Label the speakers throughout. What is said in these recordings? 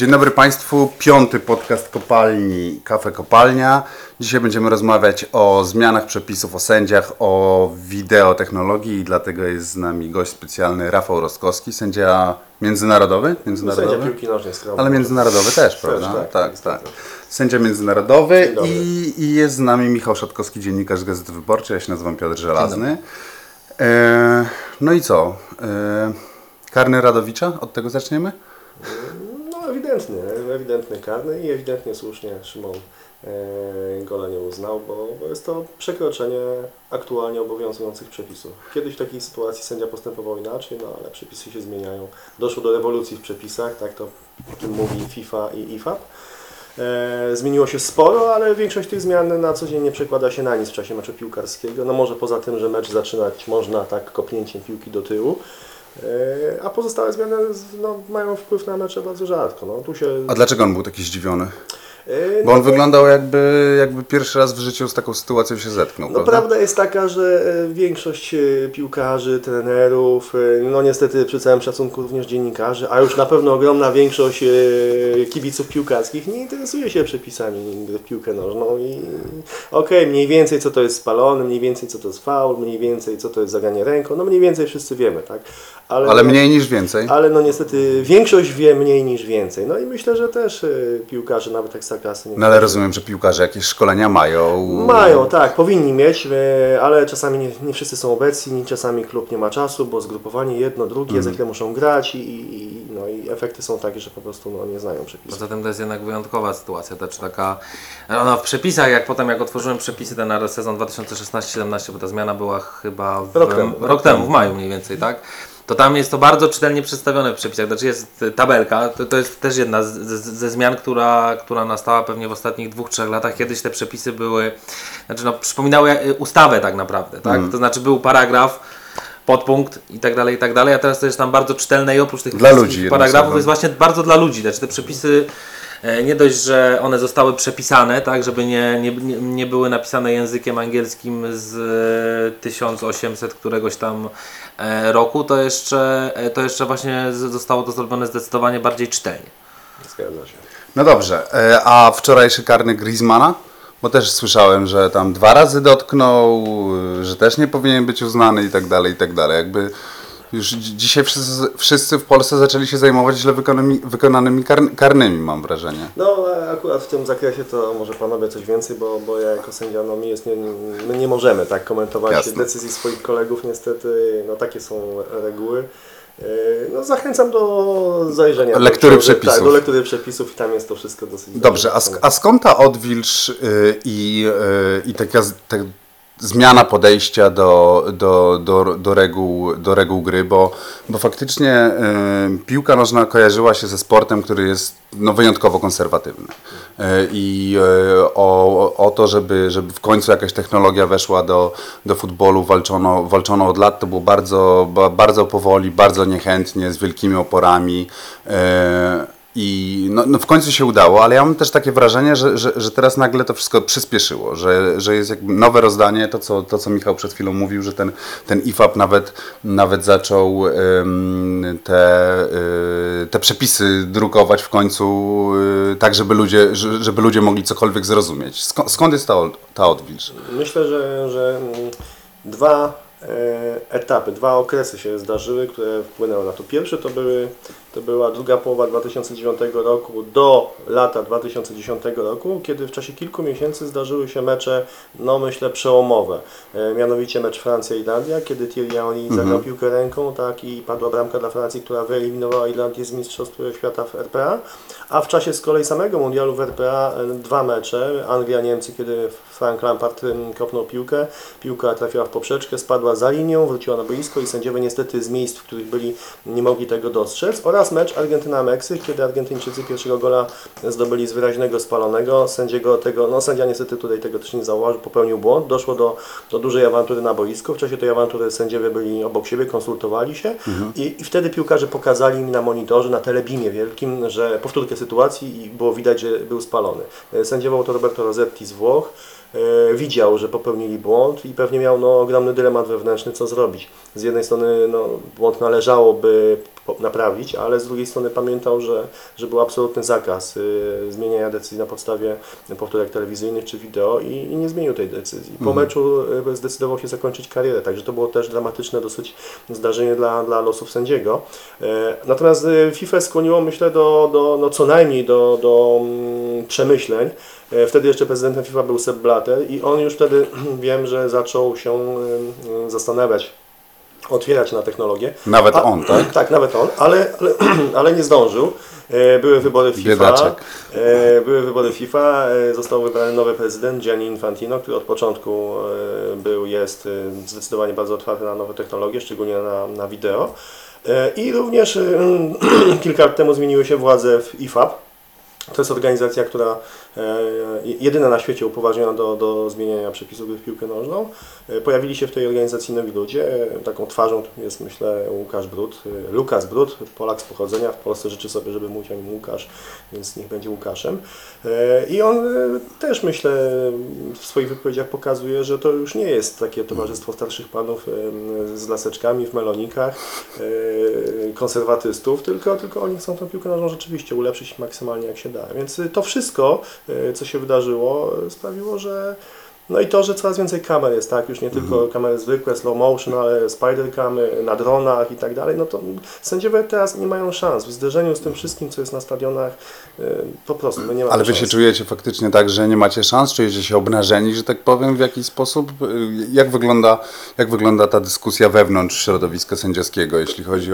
Speaker 1: Dzień dobry Państwu, 5. podcast kopalni Kafe Kopalnia. Dzisiaj będziemy rozmawiać o zmianach przepisów, o sędziach, o wideotechnologii i dlatego jest z nami gość specjalny Rafał Rostkowski, sędzia międzynarodowy?
Speaker 2: Sędzia piłki nożnej
Speaker 1: ale międzynarodowy też, prawda? Tak. Sędzia międzynarodowy i jest z nami Michał Szatkowski, dziennikarz Gazety Wyborczej. Ja się nazywam Piotr Żelazny. No i co? Karny Radowicza? Od tego zaczniemy?
Speaker 2: No ewidentny karny i ewidentnie słusznie Szymon gola nie uznał, bo jest to przekroczenie aktualnie obowiązujących przepisów. Kiedyś w takiej sytuacji sędzia postępował inaczej, no ale przepisy się zmieniają. Doszło do rewolucji w przepisach, tak to o tym mówi FIFA i IFAB. Zmieniło się sporo, ale większość tych zmian na co dzień nie przekłada się na nic w czasie meczu piłkarskiego. No może poza tym, że mecz zaczynać można tak kopnięciem piłki do tyłu. A pozostałe zmiany mają wpływ na mecze bardzo rzadko.
Speaker 1: A dlaczego on był taki zdziwiony? Bo on wyglądał jakby pierwszy raz w życiu z taką sytuacją się zetknął.
Speaker 2: Prawda jest taka, że większość piłkarzy, trenerów, niestety przy całym szacunku również dziennikarzy, a już na pewno ogromna większość kibiców piłkarskich nie interesuje się przepisami gry w piłkę nożną i mniej więcej co to jest spalony, mniej więcej co to jest faul, mniej więcej co to jest zagranie ręką, mniej więcej wszyscy wiemy, tak?
Speaker 1: Ale mniej niż więcej.
Speaker 2: Ale niestety większość wie mniej niż więcej. No i myślę, że też piłkarze, nawet ekstraklasy...
Speaker 1: Ale rozumiem, że piłkarze jakieś szkolenia mają.
Speaker 2: Mają, tak, powinni mieć, ale czasami nie wszyscy są obecni, czasami klub nie ma czasu, bo zgrupowanie jedno, drugie, za chwilę muszą grać i efekty są takie, że po prostu nie znają przepisów.
Speaker 3: Poza tym to jest jednak wyjątkowa sytuacja, to czy taka... w przepisach, jak otworzyłem przepisy na sezon 2016-17, bo ta zmiana była chyba rok temu, w maju mniej więcej, tak? To tam jest to bardzo czytelnie przedstawione w przepisach. Znaczy jest tabelka, to jest też jedna ze zmian, która nastała pewnie w ostatnich 2-3 latach. Kiedyś te przepisy były, przypominały ustawę tak naprawdę, tak? To znaczy był paragraf, podpunkt i tak dalej, a teraz to jest tam bardzo czytelne i oprócz tych paragrafów jest właśnie bardzo dla ludzi. Znaczy te przepisy nie dość, że one zostały przepisane, tak, żeby nie były napisane językiem angielskim z 1800 któregoś tam roku, to jeszcze właśnie zostało to zrobione zdecydowanie bardziej czytelnie.
Speaker 2: Zgadza się.
Speaker 1: No dobrze, a wczorajszy karny Griezmana? Bo też słyszałem, że tam 2 razy dotknął, że też nie powinien być uznany i tak dalej. Jakby już dzisiaj wszyscy w Polsce zaczęli się zajmować źle wykonanymi karnymi, mam wrażenie.
Speaker 2: Akurat w tym zakresie to może panowie coś więcej, bo ja jako sędzia, my nie możemy tak komentować decyzji swoich kolegów, niestety, takie są reguły. Zachęcam do zajrzenia.
Speaker 1: Lektury przepisów.
Speaker 2: Tak, do lektury przepisów i tam jest to wszystko dosyć...
Speaker 1: Dobrze, a skąd ta odwilż i taka zmiana podejścia do reguł gry, bo faktycznie piłka nożna kojarzyła się ze sportem, który jest wyjątkowo konserwatywny. I o to, żeby w końcu jakaś technologia weszła do futbolu, walczono od lat, to było bardzo powoli, bardzo niechętnie, z wielkimi oporami. I w końcu się udało, ale ja mam też takie wrażenie, że teraz nagle to wszystko przyspieszyło, że jest jakby nowe rozdanie, to co Michał przed chwilą mówił, że ten IFAB nawet zaczął te przepisy drukować w końcu tak, żeby ludzie mogli cokolwiek zrozumieć. Skąd jest ta odwilż?
Speaker 2: Myślę, że 2 etapy, 2 okresy się zdarzyły, które wpłynęły na to. Pierwsze to była druga połowa 2009 roku do lata 2010 roku, kiedy w czasie kilku miesięcy zdarzyły się mecze, myślę, przełomowe. Mianowicie mecz Francja-Irlandia, kiedy Thierry Henry zagrał piłkę ręką, tak, i padła bramka dla Francji, która wyeliminowała Irlandię z Mistrzostw Świata w RPA. A w czasie z kolei samego mundialu w RPA 2 mecze, Anglia-Niemcy, kiedy Frank Lampard kopnął piłkę, piłka trafiła w poprzeczkę, spadła za linią, wróciła na boisko i sędziowie niestety z miejsc, w których byli, nie mogli tego dostrzec. Oraz mecz Argentyna-Meksyk, kiedy Argentyńczycy pierwszego gola zdobyli z wyraźnego spalonego. Sędzia niestety tutaj tego też nie zauważył, popełnił błąd. Doszło do dużej awantury na boisku. W czasie tej awantury sędziowie byli obok siebie, konsultowali się i wtedy piłkarze pokazali mi na monitorze, na telebimie wielkim, że powtórkę sytuacji i było widać, że był spalony. Sędziował to Roberto Rossetti z Włoch. widział, że popełnili błąd i pewnie miał ogromny dylemat wewnętrzny, co zrobić. Z jednej strony błąd należałoby naprawić, ale z drugiej strony pamiętał, że był absolutny zakaz zmieniania decyzji na podstawie powtórek telewizyjnych czy wideo i nie zmienił tej decyzji. Po meczu zdecydował się zakończyć karierę, także to było też dramatyczne dosyć zdarzenie dla losów sędziego. Natomiast FIFA skłoniło, myślę, co najmniej do przemyśleń. Wtedy jeszcze prezydentem FIFA był Sepp Blatter i on już wtedy, wiem, że zaczął się zastanawiać, otwierać na technologię.
Speaker 1: Nawet on, tak?
Speaker 2: Tak, nawet on, ale nie zdążył. Były wybory FIFA.
Speaker 1: Biedaczek.
Speaker 2: Były wybory FIFA, został wybrany nowy prezydent Gianni Infantino, który od początku jest zdecydowanie bardzo otwarty na nowe technologie, szczególnie na wideo. I również kilka lat temu zmieniły się władze w IFAB. To jest organizacja, która jedyna na świecie upoważniona do zmieniania przepisów gry w piłkę nożną. Pojawili się w tej organizacji nowi ludzie. Taką twarzą jest, myślę, Lukas Brud, Polak z pochodzenia. W Polsce życzy sobie, żeby mówić o nim Łukasz, więc niech będzie Łukaszem. I on też, myślę, w swoich wypowiedziach pokazuje, że to już nie jest takie towarzystwo starszych panów z laseczkami w melonikach, konserwatystów, tylko oni chcą tę piłkę nożną rzeczywiście ulepszyć maksymalnie jak się da. Więc to wszystko, co się wydarzyło, sprawiło, że i to, że coraz więcej kamer jest, tak, już nie tylko kamery zwykłe, slow motion, ale spidercamy na dronach i tak dalej, to sędziowie teraz nie mają szans. W zderzeniu z tym wszystkim, co jest na stadionach, po prostu my nie mamy
Speaker 1: Ale wy
Speaker 2: szans.
Speaker 1: się czujecie faktycznie tak, że nie macie szans? Czujecie się obnażeni, że tak powiem, w jakiś sposób? Jak wygląda ta dyskusja wewnątrz środowiska sędziowskiego, jeśli chodzi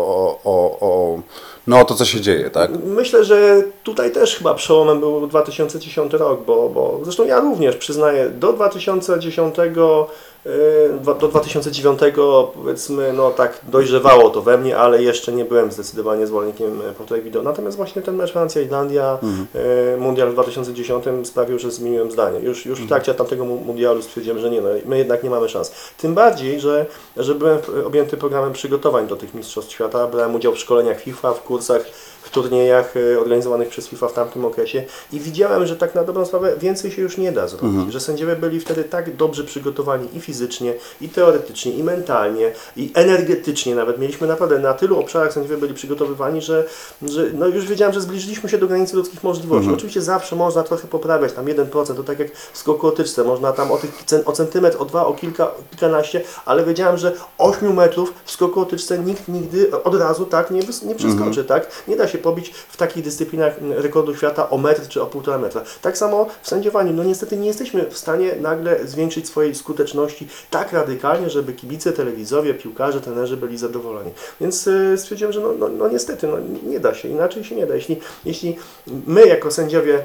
Speaker 1: o to, co się dzieje, tak?
Speaker 2: Myślę, że tutaj też chyba przełomem był 2010 rok, bo zresztą ja również przyznaję, do 2010, do 2009 powiedzmy, tak dojrzewało to we mnie, ale jeszcze nie byłem zdecydowanie zwolennikiem powtórek wideo. Natomiast właśnie ten mecz Francja-Irlandia, mundial w 2010 sprawił, że zmieniłem zdanie. Już w trakcie tamtego mundialu stwierdziłem, że nie, my jednak nie mamy szans. Tym bardziej, że byłem objęty programem przygotowań do tych mistrzostw świata, brałem udział w szkoleniach FIFA, w kursach, w turniejach organizowanych przez FIFA w tamtym okresie i widziałem, że tak na dobrą sprawę więcej się już nie da zrobić, że sędziowie byli wtedy tak dobrze przygotowani i fizycznie, i teoretycznie, i mentalnie, i energetycznie nawet. Mieliśmy naprawdę na tylu obszarach sędziowie byli przygotowywani, że już wiedziałem, że zbliżyliśmy się do granicy ludzkich możliwości. Oczywiście zawsze można trochę poprawiać, tam 1%, to tak jak w skoku o tyczce, można tam o centymetr, o 2, o kilkanaście, ale wiedziałem, że 8 metrów w skoku o tyczce nikt nigdy od razu tak nie przeskoczy, tak? Nie da się pobić w takich dyscyplinach rekordu świata o metr czy o 1,5 metra. Tak samo w sędziowaniu. Niestety nie jesteśmy w stanie nagle zwiększyć swojej skuteczności tak radykalnie, żeby kibice, telewidzowie, piłkarze, trenerzy byli zadowoleni. Więc stwierdziłem, że niestety, nie da się, inaczej się nie da. Jeśli my jako sędziowie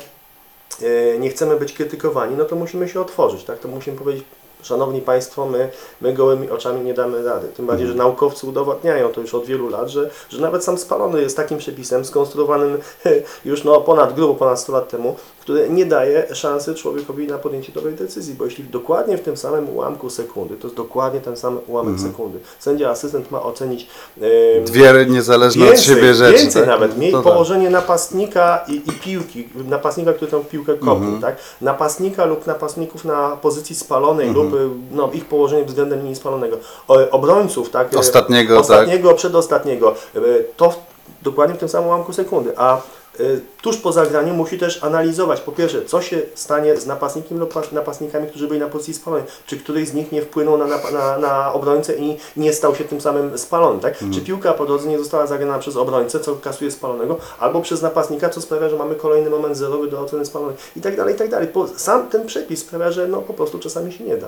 Speaker 2: nie chcemy być krytykowani, to musimy się otworzyć, tak? To musimy powiedzieć: szanowni Państwo, my gołymi oczami nie damy rady. Tym bardziej, że naukowcy udowadniają to już od wielu lat, że nawet sam spalony jest takim przepisem skonstruowanym już grubo ponad 100 lat temu, który nie daje szansy człowiekowi na podjęcie dobrej decyzji, bo jeśli dokładnie w tym samym ułamku sekundy, to jest dokładnie ten sam ułamek sekundy. Sędzia asystent ma ocenić
Speaker 1: dwie niezależne od siebie rzeczy.
Speaker 2: Więcej
Speaker 1: tak?
Speaker 2: nawet. Miej położenie napastnika i piłki, napastnika, który tę piłkę kopnął, tak? Napastnika lub napastników na pozycji spalonej lub ich położenie względem linii spalonego. Obrońców, tak? Ostatniego, przedostatniego. To dokładnie w tym samym ułamku sekundy. A tuż po zagraniu musi też analizować, po pierwsze, co się stanie z napastnikiem lub napastnikami, którzy byli na pozycji spalonej. Czy któryś z nich nie wpłynął na obrońcę i nie stał się tym samym spalony, tak? Czy piłka po drodze nie została zagrana przez obrońcę, co kasuje spalonego, albo przez napastnika, co sprawia, że mamy kolejny moment zerowy do oceny spalonej i tak dalej, i tak dalej. Bo sam ten przepis sprawia, że po prostu czasami się nie da.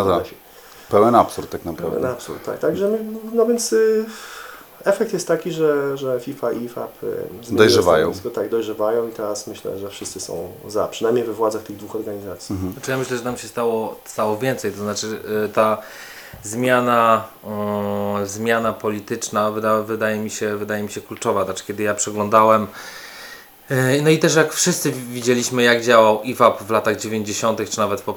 Speaker 1: Pełen absurd tak naprawdę.
Speaker 2: Pełen absurd, tak. Także więc efekt jest taki, że FIFA i IFAB
Speaker 1: dojrzewają.
Speaker 2: Tak, dojrzewają i teraz myślę, że wszyscy są za, przynajmniej we władzach tych dwóch organizacji.
Speaker 3: Znaczy ja myślę, że nam się stało więcej, to znaczy ta zmiana polityczna wydaje mi się kluczowa. Znaczy, kiedy ja przeglądałem No i też jak wszyscy widzieliśmy, jak działał IFAB w latach 90. czy nawet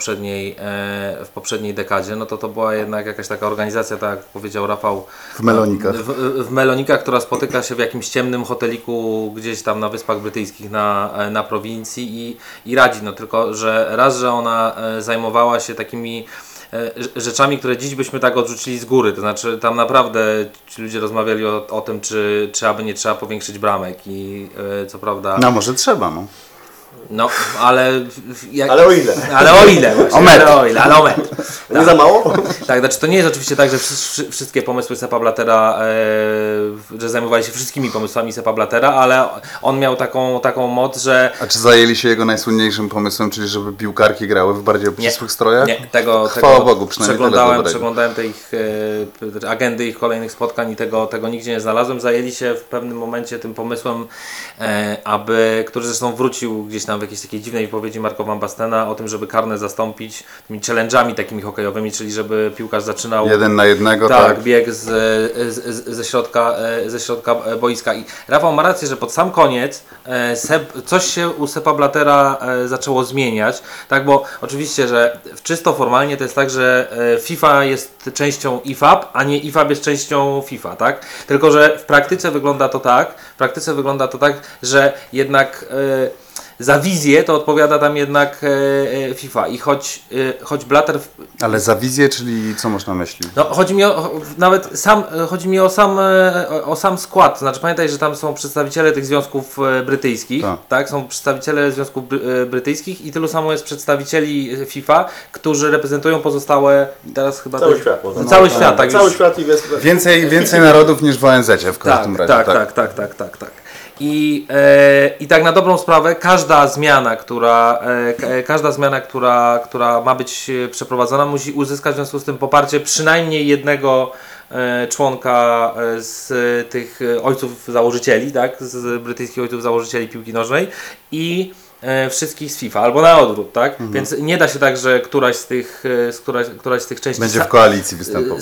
Speaker 3: w poprzedniej dekadzie, no to była jednak jakaś taka organizacja, tak jak powiedział Rafał,
Speaker 1: W Melonikach.
Speaker 3: w Melonikach, która spotyka się w jakimś ciemnym hoteliku gdzieś tam na Wyspach Brytyjskich na prowincji i radzi, no tylko, że raz, że ona zajmowała się takimi rzeczami, które dziś byśmy tak odrzucili z góry, to znaczy tam naprawdę ci ludzie rozmawiali o tym, czy aby nie trzeba powiększyć bramek i co prawda...
Speaker 1: No może trzeba, no.
Speaker 3: No, ale...
Speaker 2: Ale o ile?
Speaker 3: Ale o ile właśnie,
Speaker 1: O metr.
Speaker 3: ale o metr.
Speaker 2: Nie za mało?
Speaker 3: Tak, znaczy to nie jest oczywiście tak, że wszystkie pomysły Seppa Blattera, że zajmowali się wszystkimi pomysłami Seppa Blattera, ale on miał taką moc, że...
Speaker 1: A czy zajęli się jego najsłynniejszym pomysłem, czyli żeby piłkarki grały w bardziej obcisłych strojach?
Speaker 3: Nie, tego
Speaker 1: Chwała Bogu, przynajmniej tyle dobrego.
Speaker 3: przeglądałem te ich agendy ich kolejnych spotkań i tego nigdzie nie znalazłem. Zajęli się w pewnym momencie tym pomysłem, który zresztą wrócił gdzieś tam w jakiejś takiej dziwnej wypowiedzi Marka Van Bastena o tym, żeby karne zastąpić tymi challenge'ami takimi hokejowymi, czyli żeby piłkarz zaczynał
Speaker 1: 1 na 1,
Speaker 3: tak, bieg ze środka boiska. I Rafał ma rację, że pod sam koniec coś się u Seppa Blattera zaczęło zmieniać, tak, bo oczywiście, że czysto formalnie to jest tak, że FIFA jest częścią IFAB, a nie IFAB jest częścią FIFA, tak? Tylko że w praktyce wygląda to tak, że jednak za wizję to odpowiada tam jednak FIFA i choć Blatter...
Speaker 1: Ale za wizję, czyli co masz na myśli?
Speaker 3: No, chodzi mi o sam skład, to znaczy pamiętaj, że tam są przedstawiciele tych związków brytyjskich, tak? Są przedstawiciele związków brytyjskich i tylu samo jest przedstawicieli FIFA, którzy reprezentują pozostałe, teraz chyba...
Speaker 2: Cały świat.
Speaker 3: Cały świat, tak.
Speaker 2: Cały świat i
Speaker 1: Więcej narodów niż w ONZ w każdym razie.
Speaker 3: Tak. I tak na dobrą sprawę każda zmiana, która ma być przeprowadzona, musi uzyskać w związku z tym poparcie przynajmniej jednego członka z tych ojców założycieli, tak, z brytyjskich ojców założycieli piłki nożnej i wszystkich z FIFA, albo na odwrót, tak? Więc nie da się tak, że któraś z tych części
Speaker 1: będzie w koalicji występować.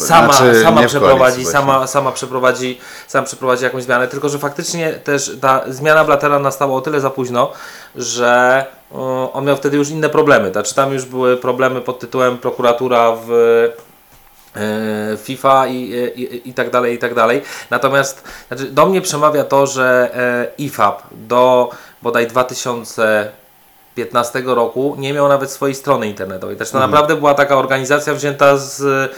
Speaker 3: Sama przeprowadzi jakąś zmianę, tylko że faktycznie też ta zmiana Blattera nastała o tyle za późno, że on miał wtedy już inne problemy. Znaczy tam już były problemy pod tytułem prokuratura w FIFA i tak dalej. Natomiast do mnie przemawia to, że IFAB do bodaj 2015 roku nie miał nawet swojej strony internetowej. Znaczy to naprawdę była taka organizacja wzięta z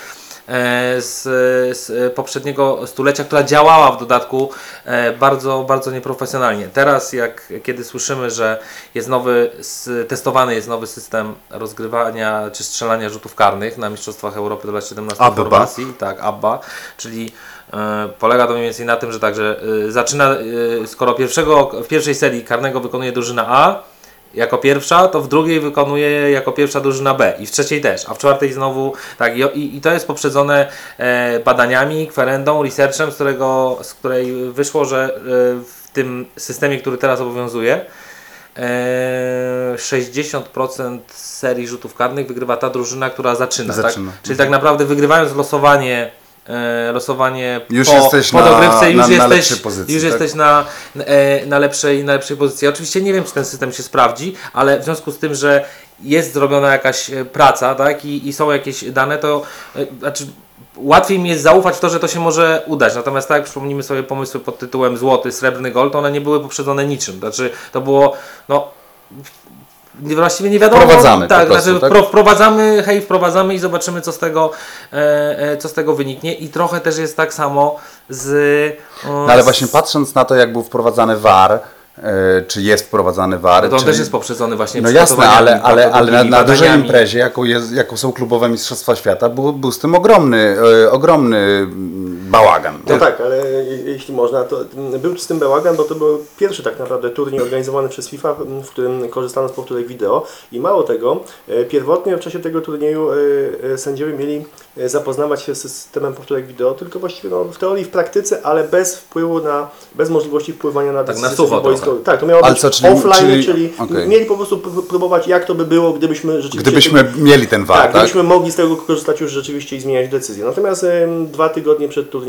Speaker 3: poprzedniego stulecia, która działała w dodatku bardzo, bardzo nieprofesjonalnie. Teraz kiedy słyszymy, że testowany jest nowy system rozgrywania czy strzelania rzutów karnych na Mistrzostwach Europy do lat 17 w Chorwacji, tak, ABBA, czyli polega to mniej więcej na tym, że także zaczyna, skoro w pierwszej serii karnego wykonuje drużyna A jako pierwsza, to w drugiej wykonuje jako pierwsza drużyna B i w trzeciej też, a w czwartej znowu tak i to jest poprzedzone badaniami, kwerendą, researchem, z której wyszło, że w tym systemie, który teraz obowiązuje, 60% serii rzutów karnych wygrywa ta drużyna, która zaczyna. Tak? Czyli tak naprawdę wygrywając losowanie
Speaker 1: już
Speaker 3: po dogrywce, już
Speaker 1: jesteś
Speaker 3: na lepszej pozycji. Oczywiście nie wiem, czy ten system się sprawdzi, ale w związku z tym, że jest zrobiona jakaś praca, tak, i są jakieś dane, to znaczy łatwiej mi jest zaufać w to, że to się może udać. Natomiast tak jak przypomnimy sobie pomysły pod tytułem złoty, srebrny gol, to one nie były poprzedzone niczym. Znaczy to było właściwie nie wiadomo.
Speaker 1: Wprowadzamy
Speaker 3: wprowadzamy i zobaczymy, co z tego wyniknie. I trochę też jest tak samo
Speaker 1: ale właśnie patrząc na to, jak był wprowadzany VAR, czy jest wprowadzany VAR.
Speaker 3: No to on też jest poprzedzony właśnie
Speaker 1: przygotowaniami. Ale na dużej imprezie, jaką są klubowe mistrzostwa świata, był z tym ogromny bałagan.
Speaker 2: No tak, ale jeśli można, to był z tym bałagan, bo to był pierwszy tak naprawdę turniej organizowany przez FIFA, w którym korzystano z powtórek wideo i mało tego, pierwotnie w czasie tego turnieju sędziowie mieli zapoznawać się z systemem powtórek wideo, tylko właściwie w teorii, w praktyce, ale bez możliwości wpływania na decyzję boiskową. Tak, to miało być offline, czyli mieli po prostu próbować, jak to by było, gdybyśmy
Speaker 1: mieli ten VAR,
Speaker 2: gdybyśmy mogli z tego korzystać już rzeczywiście i zmieniać decyzję. Natomiast 2 tygodnie przed turniejem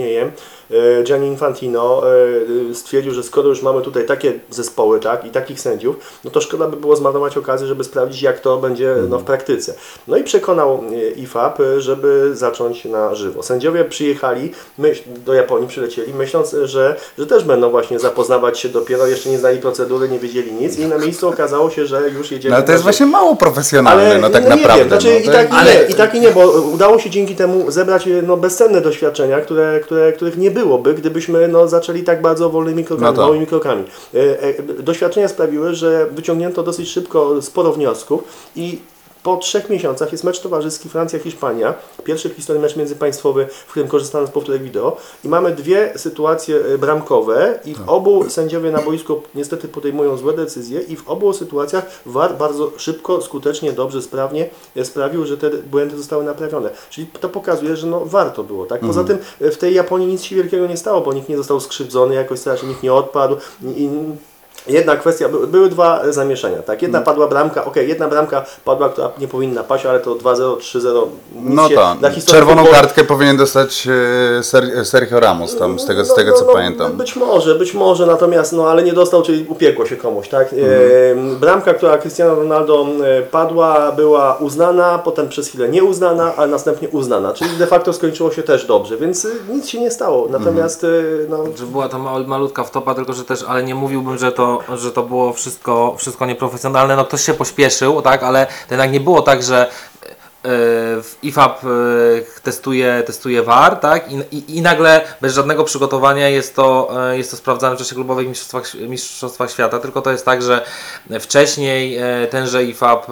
Speaker 2: Gianni Infantino stwierdził, że skoro już mamy tutaj takie zespoły, tak, i takich sędziów, no to szkoda by było zmarnować okazję, żeby sprawdzić, jak to będzie w praktyce. No i przekonał IFAB, żeby zacząć na żywo. Sędziowie przyjechali, do Japonii przylecieli, myśląc, że też będą właśnie zapoznawać się dopiero, jeszcze nie znali procedury, nie wiedzieli nic i na miejscu okazało się, że już jedziemy.
Speaker 1: No ale to jest właśnie mało profesjonalne,
Speaker 2: Ale
Speaker 1: tak
Speaker 2: no
Speaker 1: naprawdę.
Speaker 2: Nie wiem. Znaczy,
Speaker 1: no,
Speaker 2: i tak i nie, bo udało się dzięki temu zebrać bezcenne doświadczenia, których nie byłoby, gdybyśmy zaczęli tak bardzo wolnymi krokami, małymi krokami. Doświadczenia sprawiły, że wyciągnięto dosyć szybko sporo wniosków i po 3 miesiącach jest mecz towarzyski Francja-Hiszpania, pierwszy w historii mecz międzypaństwowy, w którym korzystano z powtórek wideo i mamy 2 sytuacje bramkowe i w obu sędziowie na boisku niestety podejmują złe decyzje i w obu sytuacjach VAR bardzo szybko, skutecznie, dobrze, sprawnie sprawił, że te błędy zostały naprawione. Czyli to pokazuje, że warto było. Tak? Poza tym w tej Japonii nic się wielkiego nie stało, bo nikt nie został skrzywdzony, jakoś strasznie nikt nie odpadł. Jedna kwestia, były 2 zamieszania, tak? Jedna padła bramka, jedna bramka padła, która nie powinna paść, ale to 2-0, 3-0.
Speaker 1: No tak, czerwoną kartkę powinien dostać Sergio Ramos tam, z tego co pamiętam.
Speaker 2: Być może, natomiast, ale nie dostał, czyli upiekło się komuś, tak? Bramka, która Cristiano Ronaldo padła, była uznana, potem przez chwilę nieuznana, ale następnie uznana, czyli de facto skończyło się też dobrze, więc nic się nie stało, natomiast...
Speaker 3: Że była to malutka wtopa, tylko że też, ale nie mówiłbym, że to było wszystko nieprofesjonalne. No ktoś się pośpieszył, tak, ale to jednak nie było tak, że IFAB testuje VAR, tak, i nagle bez żadnego przygotowania jest to sprawdzane w czasie klubowych mistrzostwach świata, tylko to jest tak, że wcześniej tenże IFAB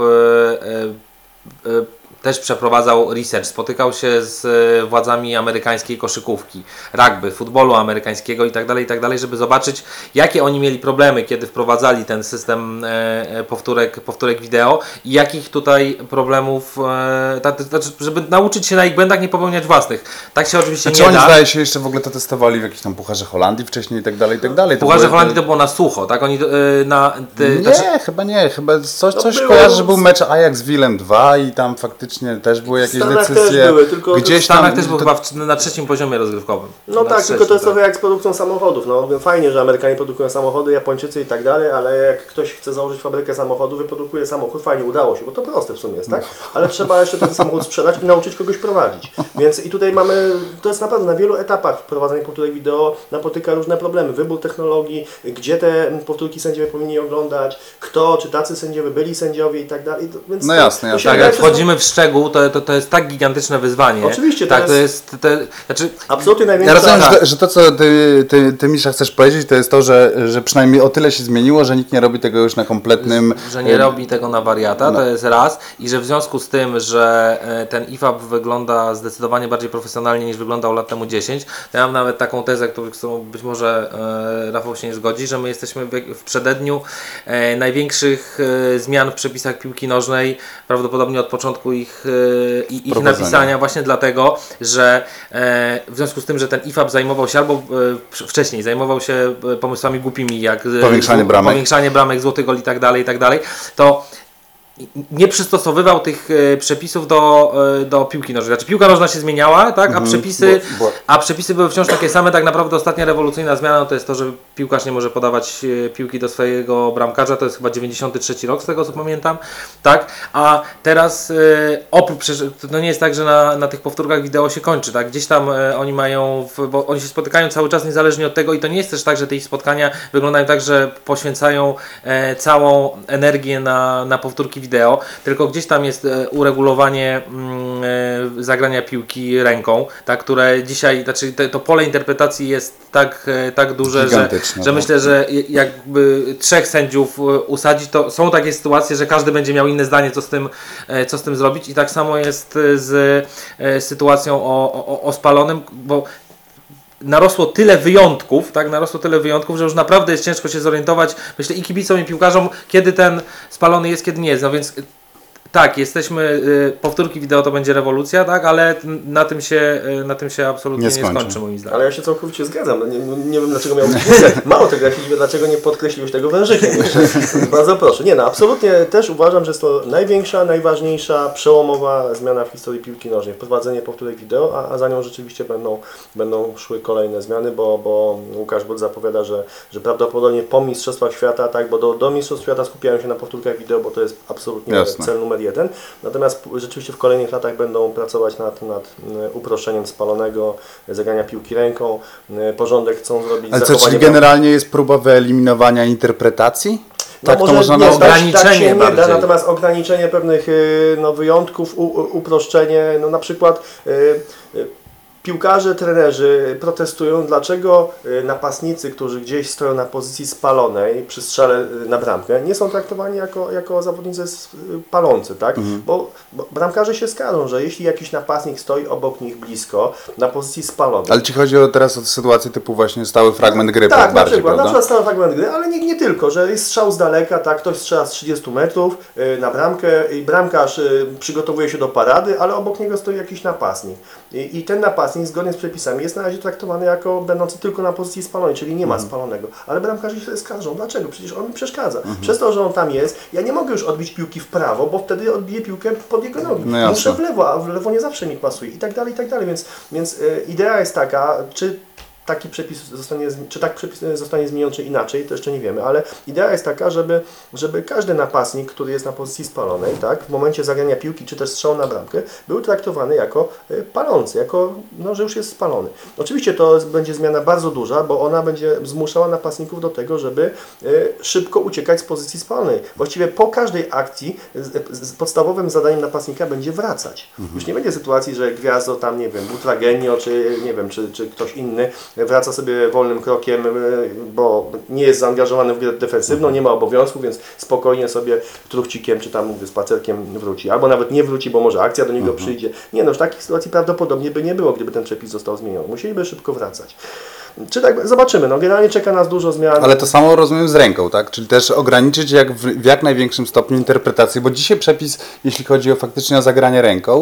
Speaker 3: też przeprowadzał research, spotykał się z władzami amerykańskiej koszykówki, rugby, futbolu amerykańskiego i tak dalej, żeby zobaczyć, jakie oni mieli problemy, kiedy wprowadzali ten system powtórek wideo i jakich tutaj problemów, żeby nauczyć się na ich błędach, nie popełniać własnych. Tak się oczywiście nie da.
Speaker 1: Oni zdaje się jeszcze w ogóle to testowali w jakimś tam Pucharze Holandii wcześniej i tak dalej, i tak dalej.
Speaker 3: W Pucharze Holandii to było na sucho, tak? Oni
Speaker 1: chyba nie, coś kojarzę, że był mecz Ajax Willem 2 i tam faktycznie też były jakieś decyzje.
Speaker 3: W Stanach też był chyba na 3. poziomie rozgrywkowym.
Speaker 2: No tak, tylko to jest trochę jak z produkcją samochodów. Fajnie, że Amerykanie produkują samochody, Japończycy i tak dalej, ale jak ktoś chce założyć fabrykę samochodu, wyprodukuje samochód, fajnie, udało się, bo to proste w sumie jest, tak? Ale trzeba jeszcze ten samochód sprzedać i nauczyć kogoś prowadzić. Więc i tutaj mamy, to jest naprawdę na wielu etapach wprowadzenie powtórek wideo napotyka różne problemy. Wybór technologii, gdzie te powtórki sędziowie powinni oglądać, kto, czy tacy sędziowie, byli sędziowie i tak dalej. Więc
Speaker 1: no jasne.
Speaker 3: Tak, jak wchodzimy w szczegół, to jest tak gigantyczne wyzwanie.
Speaker 2: Oczywiście,
Speaker 3: tak,
Speaker 2: znaczy absolutnie największa...
Speaker 1: Ja rozumiem, że to, co ty Misza, chcesz powiedzieć, to jest to, że przynajmniej o tyle się zmieniło, że nikt nie robi tego już na kompletnym...
Speaker 3: Że nie robi tego na wariata, to jest raz. I że w związku z tym, że ten IFAB wygląda zdecydowanie bardziej profesjonalnie niż wyglądał lat temu 10, to ja mam nawet taką tezę, którą być może Rafał się nie zgodzi, że my jesteśmy w przededniu największych zmian w przepisach piłki nożnej, prawdopodobnie od początku ich napisania, właśnie dlatego, że w związku z tym, że ten IFAB zajmował się albo wcześniej zajmował się pomysłami głupimi, jak powiększanie bramek, złoty gol i tak dalej, to nie przystosowywał tych przepisów do piłki nożnej. Znaczy piłka nożna się zmieniała, tak? A przepisy były wciąż takie same. Tak naprawdę ostatnia rewolucyjna zmiana to jest to, że piłkarz nie może podawać piłki do swojego bramkarza. To jest chyba 93 rok, z tego co pamiętam. Tak? A teraz to nie jest tak, że na tych powtórkach wideo się kończy. Tak? Gdzieś tam oni mają, bo oni się spotykają cały czas niezależnie od tego i to nie jest też tak, że te ich spotkania wyglądają tak, że poświęcają całą energię na powtórki wideo, tylko gdzieś tam jest uregulowanie zagrania piłki ręką, tak, które dzisiaj, znaczy to pole interpretacji jest tak duże, że myślę, że jakby 3 sędziów usadzić, to są takie sytuacje, że każdy będzie miał inne zdanie, co z tym zrobić i tak samo jest z sytuacją o spalonym, bo narosło tyle wyjątków, że już naprawdę jest ciężko się zorientować, myślę, i kibicom, i piłkarzom, kiedy ten spalony jest, kiedy nie jest. No więc Tak, jesteśmy, powtórki wideo to będzie rewolucja, tak, ale na tym się absolutnie nie skończy moim zdaniem.
Speaker 2: Ale ja się całkowicie zgadzam. Nie wiem dlaczego miałbyś mało tego, dlaczego nie podkreśliłeś tego wężykiem. Bardzo proszę. Nie no, absolutnie też uważam, że jest to największa, najważniejsza, przełomowa zmiana w historii piłki nożnej. Wprowadzenie powtórek wideo, a za nią rzeczywiście będą szły kolejne zmiany, bo Łukasz But zapowiada, że prawdopodobnie po Mistrzostwach Świata, tak, bo do Mistrzostw Świata skupiają się na powtórkach wideo, bo to jest absolutnie cel numer 1. Natomiast rzeczywiście w kolejnych latach będą pracować nad uproszczeniem spalonego, zagrania piłki ręką, porządek chcą zrobić.
Speaker 1: Ale co, czyli generalnie jest próba wyeliminowania interpretacji?
Speaker 2: No
Speaker 1: tak
Speaker 2: może
Speaker 1: to można
Speaker 2: nie,
Speaker 3: ograniczenie
Speaker 2: tak się nie da,
Speaker 3: bardziej.
Speaker 2: natomiast ograniczenie pewnych wyjątków, uproszczenie, no na przykład piłkarze, trenerzy protestują, dlaczego napastnicy, którzy gdzieś stoją na pozycji spalonej przy strzale na bramkę, nie są traktowani jako zawodnicy palący, tak? Bo bramkarze się skarżą, że jeśli jakiś napastnik stoi obok nich blisko, na pozycji spalonej.
Speaker 1: Ale ci chodzi teraz o sytuację typu właśnie stały fragment gry,
Speaker 2: tak,
Speaker 1: bardziej,
Speaker 2: na przykład stały fragment gry, ale nie tylko, że jest strzał z daleka, tak? Ktoś strzela z 30 metrów na bramkę i bramkarz przygotowuje się do parady, ale obok niego stoi jakiś napastnik. I ten napastnik zgodnie z przepisami jest na razie traktowany jako będący tylko na pozycji spalonej, czyli nie ma spalonego. Ale bramkarze się skarżą. Dlaczego? Przecież on mi przeszkadza. Przez to, że on tam jest, ja nie mogę już odbić piłki w prawo, bo wtedy odbiję piłkę pod jego nogi.
Speaker 1: No
Speaker 2: muszę w lewo, a w lewo nie zawsze mi pasuje. I tak dalej, i tak dalej. Więc idea jest taka, czy taki przepis zostanie zmieniony, czy inaczej, to jeszcze nie wiemy, ale idea jest taka, żeby każdy napastnik, który jest na pozycji spalonej, tak, w momencie zagrania piłki, czy też strzału na bramkę, był traktowany jako palący, że już jest spalony. Oczywiście to będzie zmiana bardzo duża, bo ona będzie zmuszała napastników do tego, żeby szybko uciekać z pozycji spalonej. Właściwie po każdej akcji podstawowym zadaniem napastnika będzie wracać. Już nie będzie sytuacji, że gwiazdo tam, nie wiem, Butragenio, czy nie wiem, czy ktoś inny wraca sobie wolnym krokiem, bo nie jest zaangażowany w grę defensywną, nie ma obowiązku, więc spokojnie sobie truchcikiem czy tam mówię, spacerkiem wróci. Albo nawet nie wróci, bo może akcja do niego przyjdzie. Nie no, w takich sytuacji prawdopodobnie by nie było, gdyby ten przepis został zmieniony. Musieliby szybko wracać. Czy tak, zobaczymy. No, generalnie czeka nas dużo zmian.
Speaker 1: Ale to samo rozumiem z ręką, tak? Czyli też ograniczyć w jak największym stopniu interpretację, bo dzisiaj przepis, jeśli chodzi faktycznie o zagranie ręką,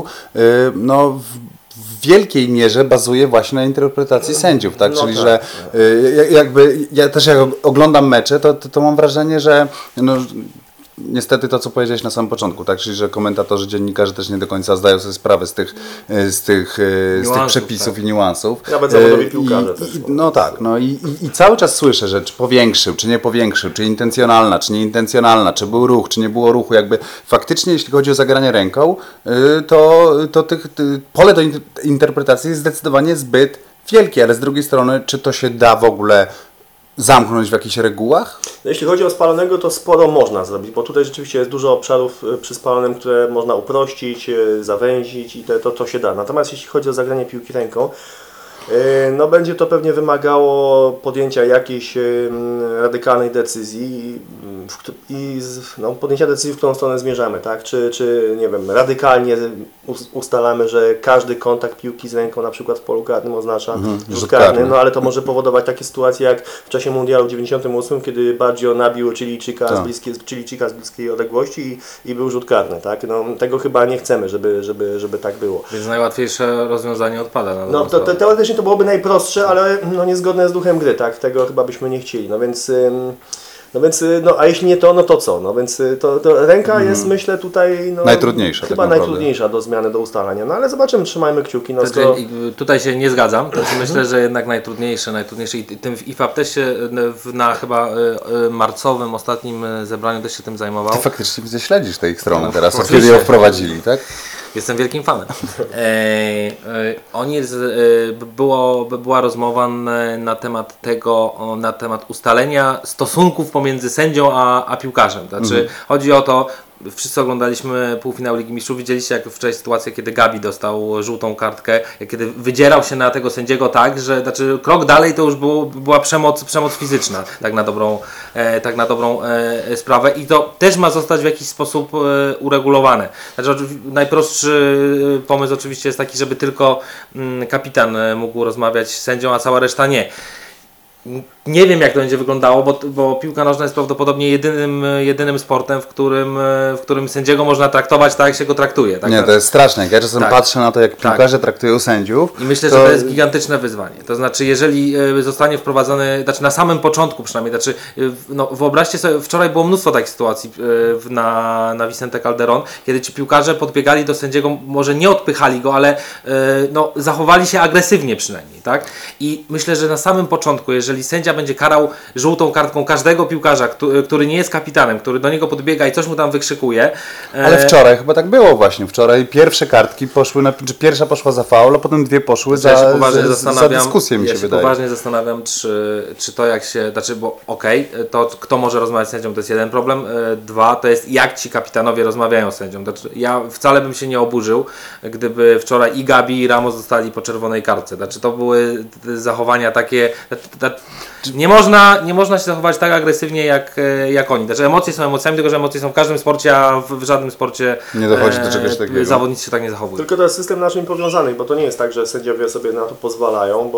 Speaker 1: w wielkiej mierze bazuje właśnie na interpretacji sędziów, tak?
Speaker 2: No
Speaker 1: Czyli,
Speaker 2: tak.
Speaker 1: że jakby ja też jak oglądam mecze, to mam wrażenie, że niestety to, co powiedziałeś na samym początku, tak? Czyli, że komentatorzy, dziennikarze też nie do końca zdają sobie sprawę z tych przepisów
Speaker 3: tak.
Speaker 1: i niuansów.
Speaker 2: Nawet zawodowi piłkarze też.
Speaker 1: No tak, no i cały czas słyszę, że czy powiększył, czy nie powiększył, czy intencjonalna, czy nieintencjonalna, czy był ruch, czy nie było ruchu. Jakby faktycznie, jeśli chodzi o zagranie ręką, to pole do interpretacji jest zdecydowanie zbyt wielkie, ale z drugiej strony, czy to się da w ogóle zamknąć w jakichś regułach?
Speaker 2: No, jeśli chodzi o spalonego, to sporo można zrobić, bo tutaj rzeczywiście jest dużo obszarów przy spalonym, które można uprościć, zawęzić i to się da. Natomiast jeśli chodzi o zagranie piłki ręką, no będzie to pewnie wymagało podjęcia jakiejś radykalnej decyzji i podjęcia decyzji, w którą stronę zmierzamy, tak? Czy nie wiem, radykalnie ustalamy, że każdy kontakt piłki z ręką na przykład w polu karnym oznacza rzut karny, no ale to może powodować takie sytuacje jak w czasie mundialu w 98, kiedy Baggio nabił Chilijczyka z bliskiej odległości i był rzut karny, tak? No, tego chyba nie chcemy, żeby tak było.
Speaker 3: Więc najłatwiejsze rozwiązanie odpada.
Speaker 2: No to teoretycznie to byłoby najprostsze, ale niezgodne z duchem gry, tak? Tego chyba byśmy nie chcieli. A jeśli nie to, no to co? No więc to ręka jest, myślę, tutaj
Speaker 1: najtrudniejsza.
Speaker 2: Chyba
Speaker 1: tak
Speaker 2: najtrudniejsza do zmiany, do ustalenia. No ale zobaczymy, trzymajmy kciuki.
Speaker 3: Tutaj się nie zgadzam. Myślę, że jednak najtrudniejsze i tym IFAB też się na chyba marcowym ostatnim zebraniu też się tym zajmował.
Speaker 1: Ty faktycznie widzę, śledzisz tę ich stronę teraz, od
Speaker 3: oczywiście.
Speaker 1: kiedy ją wprowadzili, tak?
Speaker 3: Jestem wielkim fanem. Była rozmowa na temat ustalenia stosunków pomiędzy sędzią a piłkarzem. Znaczy chodzi o to, wszyscy oglądaliśmy półfinał Ligi Mistrzów, widzieliście jak wczoraj sytuację, kiedy Gabi dostał żółtą kartkę, kiedy wydzierał się na tego sędziego tak, że krok dalej to już była przemoc fizyczna, tak na dobrą sprawę i to też ma zostać w jakiś sposób uregulowane. Znaczy najprostszy pomysł oczywiście jest taki, żeby tylko kapitan mógł rozmawiać z sędzią, a cała reszta nie. Nie wiem, jak to będzie wyglądało, bo piłka nożna jest prawdopodobnie jedynym sportem, w którym sędziego można traktować tak, jak się go traktuje. Tak?
Speaker 1: Nie, to jest straszne. Jak ja czasem patrzę na to, jak piłkarze traktują sędziów.
Speaker 3: I myślę, że to jest gigantyczne wyzwanie. To znaczy, jeżeli zostanie wprowadzony, znaczy na samym początku przynajmniej, znaczy, no, wyobraźcie sobie, wczoraj było mnóstwo takich sytuacji na Vicente Calderón, kiedy ci piłkarze podbiegali do sędziego, może nie odpychali go, ale no, zachowali się agresywnie przynajmniej. Tak? I myślę, że na samym początku, jeżeli sędzia będzie karał żółtą kartką każdego piłkarza, który nie jest kapitanem, który do niego podbiega i coś mu tam wykrzykuje.
Speaker 1: Ale wczoraj chyba tak było właśnie. Wczoraj pierwsze kartki poszły, czy pierwsza poszła za faul, a potem dwie poszły za dyskusję, mi się wydaje.
Speaker 3: Poważnie zastanawiam, czy to jak się, znaczy, bo to kto może rozmawiać z sędzią, to jest jeden problem. Dwa, to jest jak ci kapitanowie rozmawiają z sędzią. Znaczy, ja wcale bym się nie oburzył, gdyby wczoraj i Gabi, i Ramos dostali po czerwonej kartce. Znaczy, to były zachowania takie. Nie można się zachować tak agresywnie jak oni. Znaczy, emocje są emocjami, tylko że emocje są w każdym sporcie, a w żadnym sporcie
Speaker 1: nie dochodzi do czegoś takiego.
Speaker 3: Zawodnicy się tak nie zachowują.
Speaker 2: Tylko to jest system nasz powiązany, bo to nie jest tak, że sędziowie sobie na to pozwalają,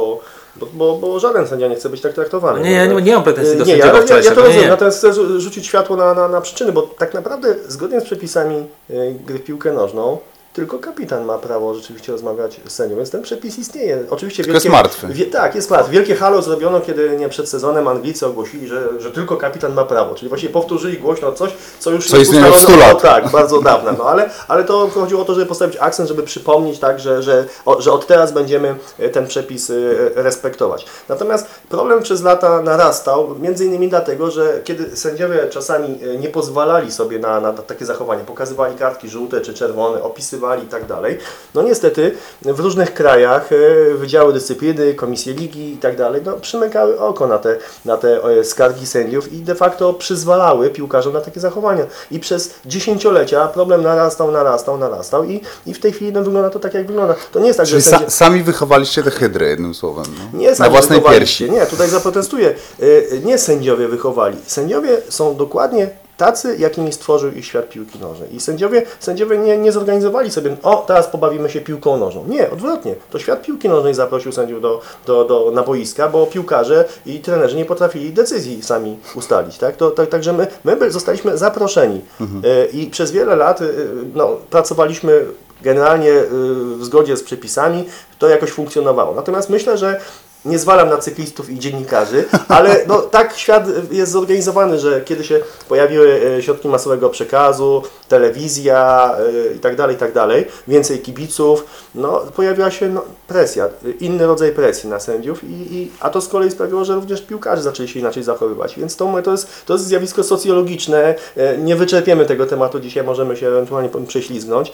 Speaker 2: bo żaden sędzia nie chce być tak traktowany.
Speaker 3: Nie mam pretensji do
Speaker 2: sędziego. Ja to rozumiem,
Speaker 3: nie.
Speaker 2: natomiast chcę rzucić światło na przyczyny, bo tak naprawdę zgodnie z przepisami gry w piłkę nożną tylko kapitan ma prawo rzeczywiście rozmawiać z sędzią, więc ten przepis istnieje. Oczywiście
Speaker 1: tylko jest martwy.
Speaker 2: Tak, jest martwy. Wielkie halo zrobiono, kiedy przed sezonem Anglicy ogłosili, że tylko kapitan ma prawo. Czyli właściwie powtórzyli głośno coś, co już
Speaker 1: istnieje od 100 lat.
Speaker 2: Tak, bardzo dawno. No, ale to chodziło o to, żeby postawić akcent, żeby przypomnieć, tak, że od teraz będziemy ten przepis respektować. Natomiast problem przez lata narastał, między innymi dlatego, że kiedy sędziowie czasami nie pozwalali sobie na takie zachowanie, pokazywali kartki żółte czy czerwone, opisywali i tak dalej. No niestety w różnych krajach wydziały dyscypliny, komisje ligi i tak dalej, no przymykały oko na te skargi sędziów i de facto przyzwalały piłkarzom na takie zachowania. I przez dziesięciolecia problem narastał i w tej chwili no, wygląda to tak, jak wygląda. To nie jest tak,
Speaker 1: czyli
Speaker 2: że
Speaker 1: sami wychowaliście te hydry, jednym słowem. No?
Speaker 2: Nie
Speaker 1: na własnej piersi.
Speaker 2: Nie, tutaj zaprotestuję. Nie sędziowie wychowali. Sędziowie są dokładnie tacy, jakimi stworzył ich świat piłki nożnej. I sędziowie nie zorganizowali sobie, teraz pobawimy się piłką nożną. Nie, odwrotnie. To świat piłki nożnej zaprosił sędziów na boiska, bo piłkarze i trenerzy nie potrafili decyzji sami ustalić. Tak? Także my zostaliśmy zaproszeni. I przez wiele lat pracowaliśmy generalnie w zgodzie z przepisami, to jakoś funkcjonowało. Natomiast myślę, że nie zwalam na cyklistów i dziennikarzy, ale no, tak świat jest zorganizowany, że kiedy się pojawiły środki masowego przekazu, telewizja i tak dalej, więcej kibiców, no, pojawiła się presja, inny rodzaj presji na sędziów, a to z kolei sprawiło, że również piłkarze zaczęli się inaczej zachowywać. Więc to jest zjawisko socjologiczne, nie wyczerpiemy tego tematu dzisiaj, możemy się ewentualnie prześlizgnąć,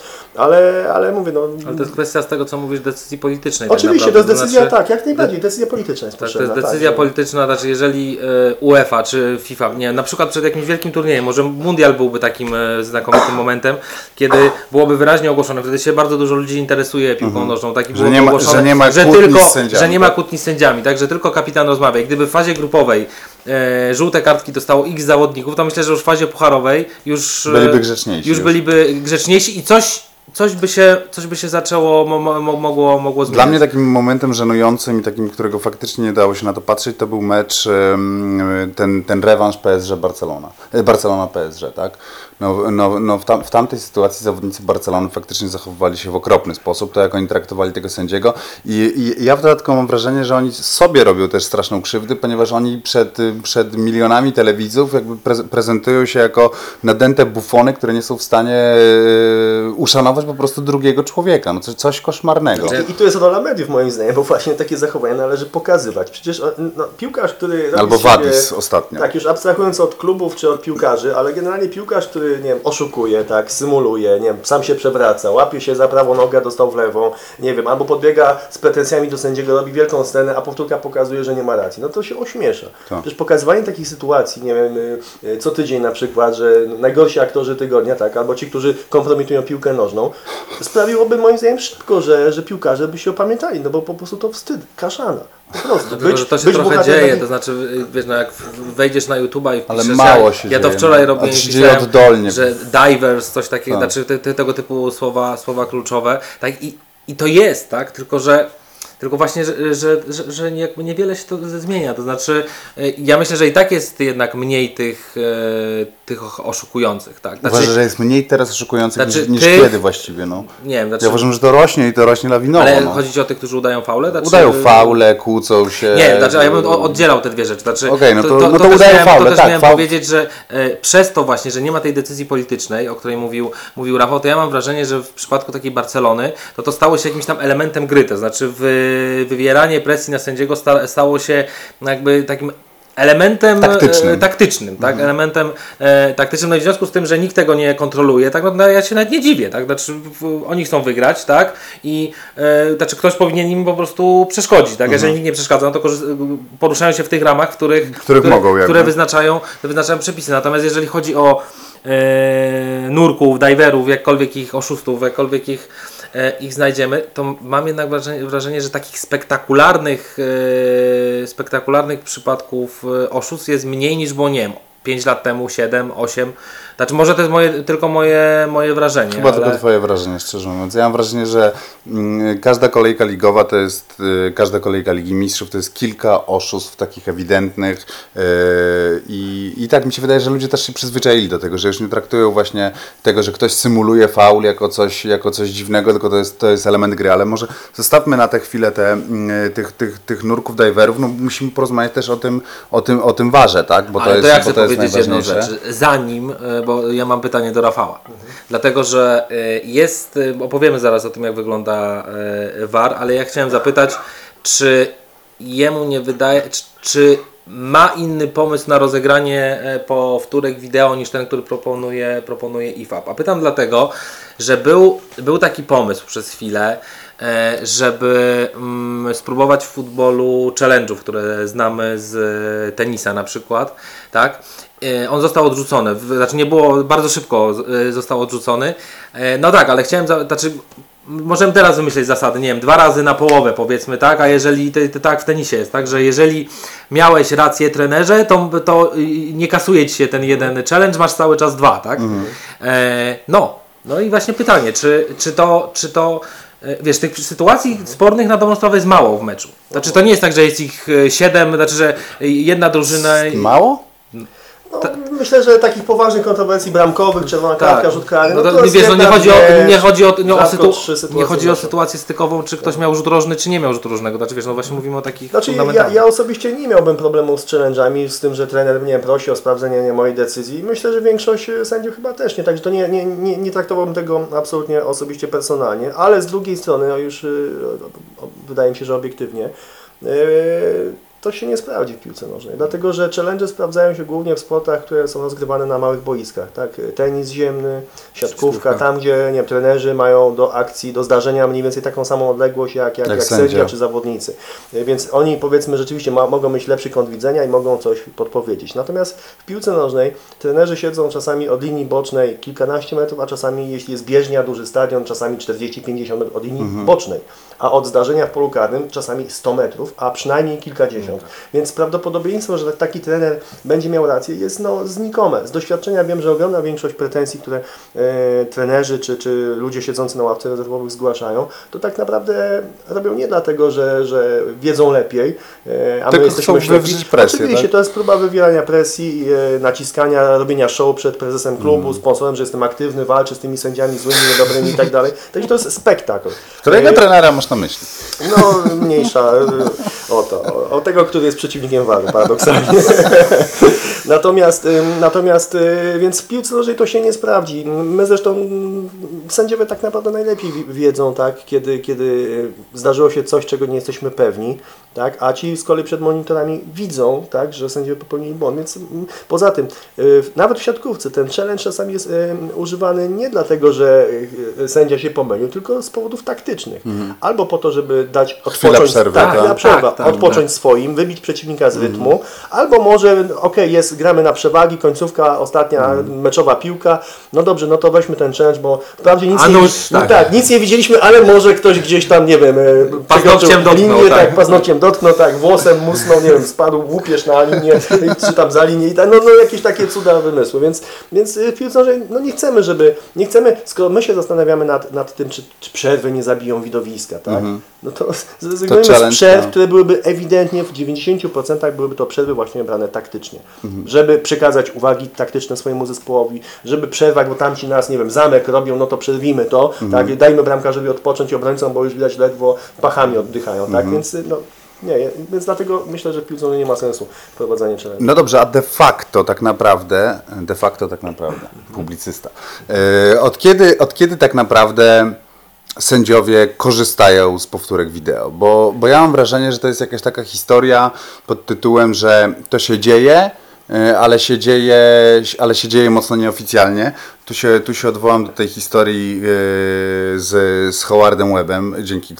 Speaker 2: ale mówię,
Speaker 3: Ale to jest kwestia z tego, co mówisz, decyzji politycznej.
Speaker 2: Oczywiście,
Speaker 3: tak
Speaker 2: to jest decyzja, tak, jak najbardziej, decyzja polityczna jest potrzebna.
Speaker 3: To jest decyzja polityczna, znaczy jeżeli UEFA czy FIFA, nie wiem, na przykład przed jakimś wielkim turniejem, może mundial byłby takim znakomitym momentem, kiedy byłoby wyraźnie ogłoszone, wtedy się bardzo dużo ludzi interesuje piłką nożną,
Speaker 1: że nie ma kłótni z sędziami,
Speaker 3: tak, że tylko kapitan rozmawia. I gdyby w fazie grupowej żółte kartki dostało x zawodników, to myślę, że już w fazie pucharowej już byliby grzeczniejsi i coś by się zaczęło, mogło zmienić.
Speaker 1: Dla mnie takim momentem żenującym i takim, którego faktycznie nie dało się na to patrzeć, to był mecz, ten rewanż Barcelona-PSG, tak? W tamtej sytuacji zawodnicy Barcelony faktycznie zachowywali się w okropny sposób, to jak oni traktowali tego sędziego i ja w dodatku mam wrażenie, że oni sobie robią też straszną krzywdę, ponieważ oni przed milionami telewidzów jakby prezentują się jako nadęte bufony, które nie są w stanie uszanować po prostu drugiego człowieka. No coś koszmarnego.
Speaker 2: I to jest rola mediów moim zdaniem, bo właśnie takie zachowania należy pokazywać. Przecież piłkarz, który...
Speaker 1: Albo Wadis ostatnio.
Speaker 2: Tak, już abstrahując od klubów czy od piłkarzy, ale generalnie piłkarz, który nie wiem, oszukuje, tak, symuluje, nie wiem, sam się przewraca, łapie się za prawą nogę, dostał w lewą, nie wiem, albo podbiega z pretensjami do sędziego, robi wielką scenę, a powtórka pokazuje, że nie ma racji. No to się ośmiesza.
Speaker 1: Tak.
Speaker 2: Przecież pokazywanie takich sytuacji, nie wiem, co tydzień na przykład, że najgorsi aktorzy tygodnia, tak, albo ci, którzy kompromitują piłkę nożną, sprawiłoby moim zdaniem szybko, że piłkarze by się opamiętali, no bo po prostu to wstyd, kaszana. Po prostu.
Speaker 3: Że to się trochę dzieje, to znaczy, wiesz, jak wejdziesz na YouTube'a i wpiszesz,
Speaker 1: ale mało się
Speaker 3: ja to
Speaker 1: dzieje,
Speaker 3: wczoraj robiłem,
Speaker 1: oddolnie,
Speaker 3: że divers, coś takiego, znaczy tego typu słowa kluczowe, tak, i to jest, tak, tylko że Tylko właśnie, że jakby niewiele się to zmienia. To znaczy, ja myślę, że i tak jest jednak mniej tych oszukujących. Tak? Znaczy,
Speaker 1: Uważasz, że jest mniej teraz oszukujących niż
Speaker 3: tych-
Speaker 1: kiedy właściwie? No.
Speaker 3: nie wiem, znaczy,
Speaker 1: Ja uważam, że to rośnie i to rośnie lawinowo.
Speaker 3: ale
Speaker 1: no.
Speaker 3: chodzi ci o tych, którzy udają faule? Znaczy,
Speaker 1: Udają faule, kłócą się.
Speaker 3: Nie, znaczy, ja bym oddzielał te dwie rzeczy. Znaczy,
Speaker 1: Okej, no to
Speaker 3: też
Speaker 1: udają
Speaker 3: miałem,
Speaker 1: faule,
Speaker 3: to też
Speaker 1: tak,
Speaker 3: miałem
Speaker 1: faul-
Speaker 3: powiedzieć, że przez to właśnie, że nie ma tej decyzji politycznej, o której mówił Rafał, to ja mam wrażenie, że w przypadku takiej Barcelony to stało się jakimś tam elementem gry. To znaczy wywieranie presji na sędziego stało się jakby takim elementem taktycznym tak? Elementem taktycznym, no i w związku z tym, że nikt tego nie kontroluje, tak? No, ja się nawet nie dziwię, tak? Znaczy, oni chcą wygrać, tak? I znaczy, ktoś powinien im po prostu przeszkodzić, tak? Jeżeli nikt nie przeszkadza, no to poruszają się w tych ramach, w których
Speaker 1: mogą, jakby.
Speaker 3: które wyznaczają przepisy. Natomiast jeżeli chodzi o nurków, diverów, jakkolwiek ich oszustów, jakkolwiek ich znajdziemy, to mam jednak wrażenie, że takich spektakularnych przypadków oszustw jest mniej niż było, nie wiem, 5 lat temu, 7, 8. Znaczy może to jest tylko moje wrażenie.
Speaker 1: Chyba tylko twoje wrażenie, szczerze mówiąc. Ja mam wrażenie, że każda kolejka ligowa to jest, każda kolejka Ligi Mistrzów to jest kilka oszustw takich ewidentnych i tak mi się wydaje, że ludzie też się przyzwyczaili do tego, że już nie traktują właśnie tego, że ktoś symuluje faul jako coś dziwnego, tylko to jest element gry, ale może zostawmy na tę chwilę tych nurków, diverów, no musimy porozmawiać też o tym warze, tak? Bo
Speaker 3: ale
Speaker 1: to
Speaker 3: ja
Speaker 1: jest,
Speaker 3: chcę
Speaker 1: bo to jest
Speaker 3: powiedzieć jedną
Speaker 1: najważniejsze.
Speaker 3: rzecz, zanim, bo ja mam pytanie do Rafała, dlatego, że opowiemy zaraz o tym, jak wygląda VAR, ale ja chciałem zapytać, czy jemu nie wydaje, czy ma inny pomysł na rozegranie powtórek wideo niż ten, który proponuje IFAB. A pytam dlatego, że był taki pomysł przez chwilę, żeby spróbować w futbolu challenge'ów, które znamy z tenisa na przykład, tak? On został odrzucony, znaczy nie było, bardzo szybko został odrzucony. No tak, ale chciałem, możemy teraz wymyśleć zasady, nie wiem, 2 razy na połowę powiedzmy, tak? A jeżeli, tak w tenisie jest, tak? Że jeżeli miałeś rację trenerze, to nie kasuje ci się ten jeden challenge, masz cały czas 2, tak? No i właśnie pytanie, czy to wiesz, tych sytuacji spornych na dobrą sprawę jest mało w meczu. Znaczy to nie jest tak, że jest ich 7, znaczy, że jedna drużyna...
Speaker 1: Mało?
Speaker 2: No, myślę, że takich poważnych kontrowersji bramkowych, czerwona kartka, rzut karny,
Speaker 3: No to,
Speaker 2: to jest
Speaker 3: wiesz, no nie chodzi o
Speaker 2: sytuacje.
Speaker 3: sytuację stykową, czy ktoś miał rzut rożny, czy nie miał rzutu rożnego. Znaczy, wiesz, no właśnie mówimy o takich
Speaker 2: Znaczy,
Speaker 3: fundamentalnych.
Speaker 2: ja osobiście nie miałbym problemu z challenge'ami, z tym, że trener mnie prosi o sprawdzenie mojej decyzji. Myślę, że większość sędziów chyba też nie, także to nie traktowałbym tego absolutnie osobiście personalnie, ale z drugiej strony, no już wydaje mi się, że obiektywnie, to się nie sprawdzi w piłce nożnej, dlatego że challenge sprawdzają się głównie w sportach, które są rozgrywane na małych boiskach, tak? Tenis ziemny, siatkówka, tam gdzie nie wiem, trenerzy mają do akcji, do zdarzenia mniej więcej taką samą odległość jak sędzia czy zawodnicy. Więc oni powiedzmy rzeczywiście mogą mieć lepszy kąt widzenia i mogą coś podpowiedzieć. Natomiast w piłce nożnej trenerzy siedzą czasami od linii bocznej kilkanaście metrów, a czasami jeśli jest bieżnia, duży stadion, czasami 40-50 metrów od linii bocznej, a od zdarzenia w polu karnym czasami 100 metrów, a przynajmniej kilkadziesiąt. Więc prawdopodobieństwo, że taki trener będzie miał rację, jest znikome. Z doświadczenia wiem, że ogromna większość pretensji, które trenerzy czy ludzie siedzący na ławce rezerwowych zgłaszają, to tak naprawdę robią nie dlatego, że wiedzą lepiej, a my jesteśmy ślepi. Oczywiście, tak? To jest próba wywierania presji, naciskania, robienia show przed prezesem klubu, sponsorem, że jestem aktywny, walczę z tymi sędziami złymi, niedobrymi i tak dalej. Także to jest spektakl.
Speaker 1: Którego trenera masz na myśli?
Speaker 2: No, mniejsza o tego, który jest przeciwnikiem VAR-u, paradoksalnie. Natomiast więc w piłce nożnej to się nie sprawdzi. My zresztą sędziowie tak naprawdę najlepiej wiedzą, tak, kiedy zdarzyło się coś, czego nie jesteśmy pewni, tak, a ci z kolei przed monitorami widzą, tak, że sędziowie popełnili błąd. Więc poza tym, nawet w siatkówce ten challenge czasami jest używany nie dlatego, że sędzia się pomylił, tylko z powodów taktycznych. Albo po to, żeby dać odpocząć.
Speaker 1: Przerwę,
Speaker 2: tak. odpocząć swoim, wybić przeciwnika z rytmu, albo może, gramy na przewagi, końcówka, ostatnia meczowa piłka, no dobrze, no to weźmy ten challenge, bo wprawdzie nic nie widzieliśmy, ale może ktoś gdzieś tam, nie wiem,
Speaker 3: paznokciem dotknął,
Speaker 2: linię, paznokciem dotknął, włosem musnął, nie wiem, spadł łupież na linię, czy tam za linię i tak, no jakieś takie cuda wymysły, więc w piłce nożnej, no nie chcemy, skoro my się zastanawiamy nad tym, czy przerwy nie zabiją widowiska, tak? No to zrezygnujemy z przerw, które byłyby ewidentnie w 90% byłyby to przerwy właśnie brane taktycznie. Żeby przekazać uwagi taktyczne swojemu zespołowi, żeby przerwać, bo tamci nas, nie wiem, zamek robią, no to przerwijmy to, tak? Dajmy bramkarzowi odpocząć i obrońcom, bo już widać ledwo pachami oddychają, tak? Więc więc dlatego myślę, że w piłce nie ma sensu wprowadzanie challenge.
Speaker 1: No dobrze, a de facto tak naprawdę, publicysta, od kiedy tak naprawdę sędziowie korzystają z powtórek wideo? Bo ja mam wrażenie, że to jest jakaś taka historia pod tytułem, że to się dzieje, ale się dzieje mocno nieoficjalnie. Tu się odwołam do tej historii z Howardem Webbem, dzięki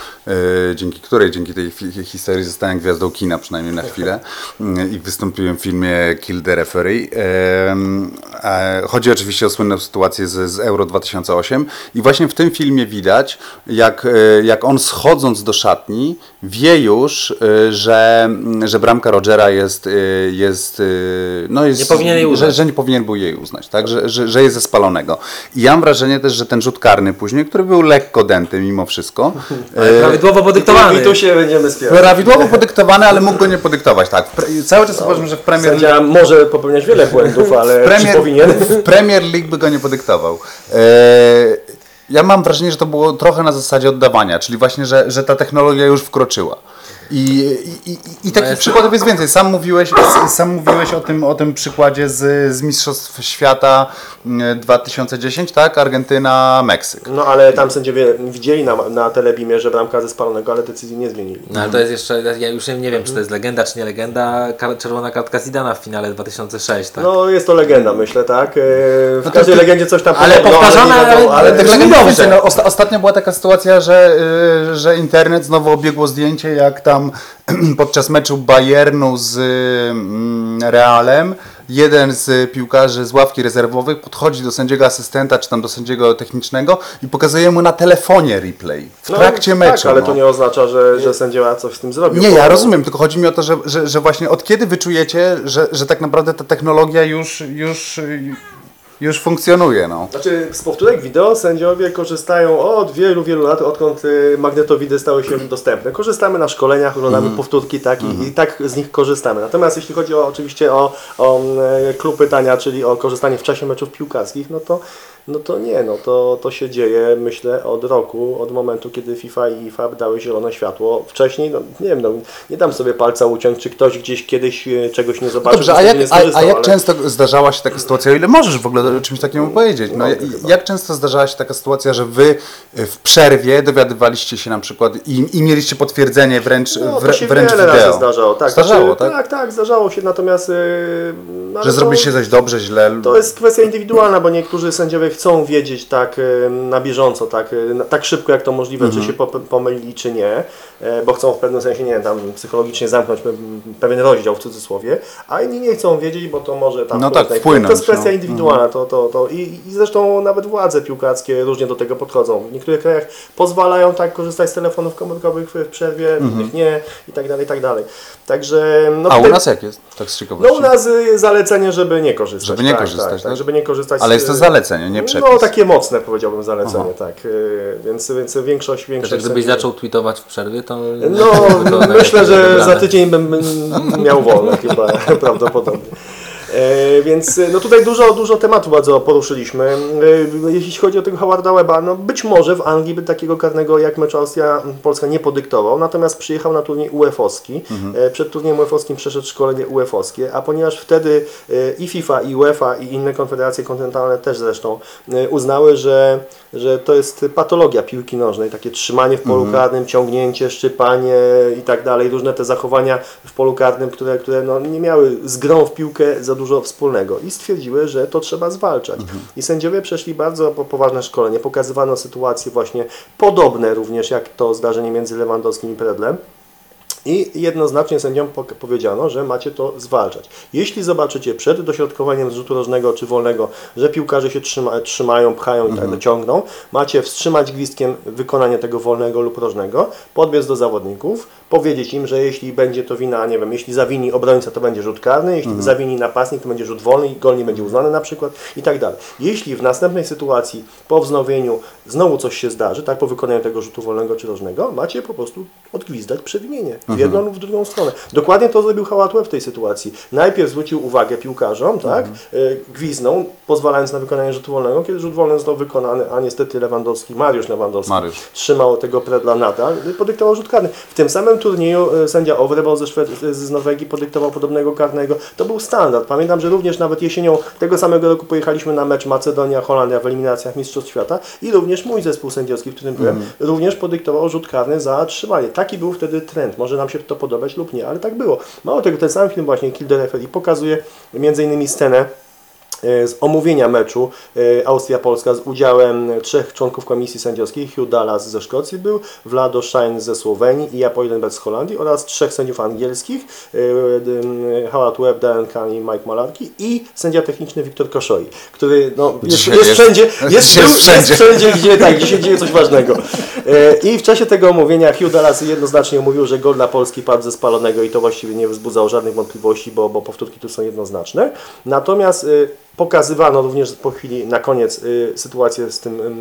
Speaker 1: tej historii zostałem gwiazdą kina, przynajmniej na chwilę, i wystąpiłem w filmie Kill the Referee. Chodzi oczywiście o słynną sytuację z Euro 2008 i właśnie w tym filmie widać, jak on schodząc do szatni wie już, że bramka Rogera jest
Speaker 3: nie powinien jej uznać.
Speaker 1: że nie powinien był jej uznać, tak? Że jest ze spalonego. I ja mam wrażenie też, że ten rzut karny później, który był lekko dęty mimo wszystko.
Speaker 3: Prawidłowo podyktowany.
Speaker 2: I tu się będziemy spierać.
Speaker 1: Prawidłowo podyktowany, ale mógł go nie podyktować, tak. Cały czas uważam, że w Premier League...
Speaker 2: Sędzia może popełniać wiele błędów, ale czy powinien?
Speaker 1: W Premier League by go nie podyktował. Ja mam wrażenie, że to było trochę na zasadzie oddawania, czyli właśnie, że ta technologia już wkroczyła. I takich przykładów jest więcej. Sam mówiłeś o tym przykładzie z Mistrzostw Świata 2010, tak? Argentyna, Meksyk.
Speaker 2: No ale tam sędziowie widzieli na telebimie, że bramka ze spalonego, ale decyzji nie zmienili.
Speaker 3: No ale to jest jeszcze, ja już nie wiem, czy to jest legenda, czy nie legenda, czerwona kartka Zidana w finale 2006, tak?
Speaker 2: No jest to legenda, myślę, tak? W każdej legendzie coś tam
Speaker 3: ale powtarzane,
Speaker 2: ale
Speaker 1: tak dobrze. No, ostatnio była taka sytuacja, że internet znowu obiegło zdjęcie, jak tam podczas meczu Bayernu z Realem jeden z piłkarzy z ławki rezerwowych podchodzi do sędziego asystenta, czy tam do sędziego technicznego i pokazuje mu na telefonie replay w trakcie meczu.
Speaker 2: Tak, ale to nie oznacza, że sędzia coś z tym zrobił.
Speaker 1: Nie, ja rozumiem, tylko chodzi mi o to, że właśnie od kiedy wyczujecie, że tak naprawdę ta technologia już funkcjonuje, no.
Speaker 2: Znaczy z powtórek wideo sędziowie korzystają od wielu, wielu lat, odkąd magnetowidy stały się dostępne. Korzystamy na szkoleniach, oglądamy powtórki, tak, i tak z nich korzystamy. Natomiast jeśli chodzi oczywiście o klub pytania, czyli o korzystanie w czasie meczów piłkarskich, to się dzieje, myślę, od roku, od momentu, kiedy FIFA i IFAB dały zielone światło. Wcześniej, nie dam sobie palca uciąć, czy ktoś gdzieś kiedyś czegoś nie zobaczył.
Speaker 1: Dobrze, a jak często zdarzała się taka sytuacja, o ile możesz w ogóle o czymś takiemu powiedzieć? No, jak często zdarzała się taka sytuacja, że wy w przerwie dowiadywaliście się na przykład i mieliście potwierdzenie wręcz
Speaker 2: wiele razy zdarzało. Tak,
Speaker 1: zdarzało, tak?
Speaker 2: Tak, zdarzało się, natomiast...
Speaker 1: że zrobiliście coś dobrze, źle?
Speaker 2: To jest kwestia indywidualna, bo niektórzy sędziowie chcą wiedzieć tak na bieżąco, tak szybko jak to możliwe, czy się pomylili, czy nie, bo chcą w pewnym sensie, nie wiem, tam psychologicznie zamknąć pewien rozdział w cudzysłowie, a inni nie chcą wiedzieć, bo to może tam
Speaker 1: wpłynąć.
Speaker 2: To jest kwestia indywidualna. I zresztą nawet władze piłkarskie różnie do tego podchodzą. W niektórych krajach pozwalają tak korzystać z telefonów komórkowych w przerwie, w innych nie i tak dalej. Także,
Speaker 1: a u nas jak jest? Tak z ciekawości.
Speaker 2: No u nas jest zalecenie, żeby nie korzystać.
Speaker 1: Żeby nie korzystać,
Speaker 2: tak? Żeby nie korzystać.
Speaker 1: Ale jest to zalecenie, nie przepis.
Speaker 2: No takie mocne, powiedziałbym, zalecenie, tak. Więc większość
Speaker 3: gdybyś zaczął tweetować w przerwie, to...
Speaker 2: No, myślę, że za tydzień bym miał wolne chyba, prawdopodobnie. Więc tutaj dużo tematów bardzo poruszyliśmy. Jeśli chodzi o tego Howarda Webba, być może w Anglii by takiego karnego jak mecz Austria-Polska nie podyktował, natomiast przyjechał na turniej UEFA-owski. Przed turniejem UEFA-owskim przeszedł szkolenie UEFA-owskie, a ponieważ wtedy i FIFA, i UEFA, i inne konfederacje kontynentalne też zresztą uznały, że to jest patologia piłki nożnej, takie trzymanie w polu karnym, ciągnięcie, szczypanie i tak dalej, różne te zachowania w polu karnym, które nie miały z grą w piłkę za dużo wspólnego i stwierdziły, że to trzeba zwalczać. I sędziowie przeszli bardzo poważne szkolenie, pokazywano sytuacje właśnie podobne również jak to zdarzenie między Lewandowskim i Predlem. I jednoznacznie sędziom powiedziano, że macie to zwalczać. Jeśli zobaczycie przed dośrodkowaniem z rzutu rożnego czy wolnego, że piłkarze się trzymają, pchają i tak ciągną, macie wstrzymać gwizdkiem wykonanie tego wolnego lub rożnego, podbiec do zawodników, powiedzieć im, że jeśli będzie to wina, nie wiem, jeśli zawini obrońca, to będzie rzut karny, jeśli zawini napastnik, to będzie rzut wolny i gol nie będzie uznany na przykład i tak dalej. Jeśli w następnej sytuacji po wznowieniu znowu coś się zdarzy, tak, po wykonaniu tego rzutu wolnego czy rożnego, macie po prostu odgwizdać przewinienie w jedną lub w drugą stronę. Dokładnie to zrobił Howard Webb w tej sytuacji. Najpierw zwrócił uwagę piłkarzom, tak, gwizdnął, pozwalając na wykonanie rzutu wolnego, kiedy rzut wolny został wykonany, a niestety Mariusz Lewandowski trzymał tego predla nadal, podyktował rzut karny. W tym samym turnieju sędzia Ovrebol z Norwegii podyktował podobnego karnego. To był standard. Pamiętam, że również nawet jesienią tego samego roku pojechaliśmy na mecz Macedonia-Holandia w eliminacjach Mistrzostw Świata i również mój zespół sędziowski, w którym byłem, również podyktował rzut karny za trzymanie. Taki był wtedy trend. Może nam się to podobać lub nie, ale tak było. Mało tego, ten sam film właśnie Kill the Referee pokazuje m.in. scenę z omówienia meczu Austria-Polska z udziałem 3 członków komisji sędziowskiej, Hugh Dallas ze Szkocji był, Vlado Shine ze Słowenii i Japo Ilenberg z Holandii oraz 3 sędziów angielskich, Howard Webb, Darren Kahn i Mike Malarkey i sędzia techniczny Wiktor Koszoi, który jest wszędzie, gdzie się dzieje coś ważnego. I w czasie tego omówienia Hugh Dallas jednoznacznie mówił, że gol dla Polski padł ze spalonego i to właściwie nie wzbudzało żadnych wątpliwości, bo powtórki tu są jednoznaczne. Natomiast pokazywano również po chwili na koniec sytuację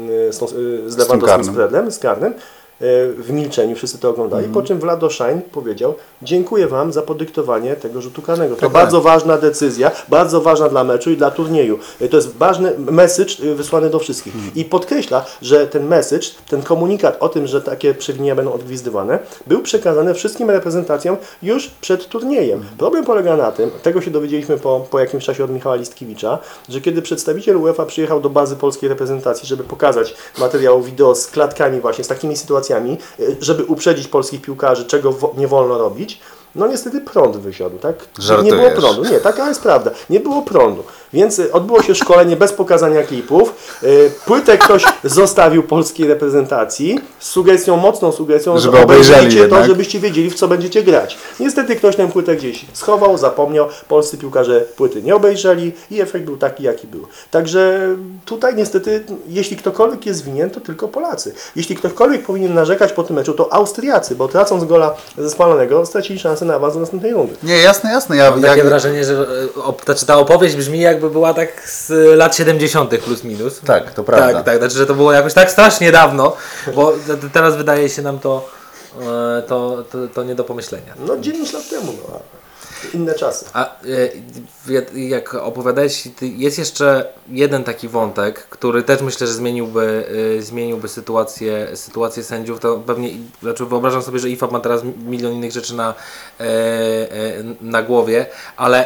Speaker 2: z Lewandowskim z karnym. W milczeniu wszyscy to oglądali, po czym Vlado Shine powiedział: dziękuję Wam za podyktowanie tego rzutu karnego. To bardzo ważna decyzja, bardzo ważna dla meczu i dla turnieju. To jest ważny message wysłany do wszystkich. I podkreśla, że ten message, ten komunikat o tym, że takie przewinienia będą odgwizdywane, był przekazany wszystkim reprezentacjom już przed turniejem. Problem polega na tym, tego się dowiedzieliśmy po jakimś czasie od Michała Listkiewicza, że kiedy przedstawiciel UEFA przyjechał do bazy polskiej reprezentacji, żeby pokazać materiał wideo z klatkami właśnie, z takimi sytuacjami, żeby uprzedzić polskich piłkarzy, czego nie wolno robić, no niestety prąd wysiadł, tak?
Speaker 1: Żartujesz.
Speaker 2: Nie było prądu. Nie, taka jest prawda. Nie było prądu. Więc odbyło się szkolenie bez pokazania klipów. Płytę ktoś zostawił polskiej reprezentacji z mocną sugestią,
Speaker 1: żeby obejrzeli
Speaker 2: to, żebyście wiedzieli, w co będziecie grać. Niestety ktoś tę płytę gdzieś schował, zapomniał, polscy piłkarze płyty nie obejrzeli i efekt był taki, jaki był. Także tutaj niestety, jeśli ktokolwiek jest winien, to tylko Polacy. Jeśli ktokolwiek powinien narzekać po tym meczu, to Austriacy, bo tracąc gola ze spalonego, stracili szansę na awans do następnej rundy.
Speaker 1: Nie, jasne.
Speaker 3: Mam takie wrażenie, że ta opowieść brzmi, jakby była tak z lat 70. plus minus.
Speaker 1: Tak, to prawda.
Speaker 3: Tak, znaczy, że to było jakoś tak strasznie dawno, bo teraz wydaje się nam to nie do pomyślenia.
Speaker 2: No 9 lat temu, no. Inne czasy.
Speaker 3: A jak opowiadałeś, jest jeszcze jeden taki wątek, który też myślę, że zmieniłby sytuację sędziów. To pewnie, znaczy wyobrażam sobie, że IFAB ma teraz milion innych rzeczy na głowie, ale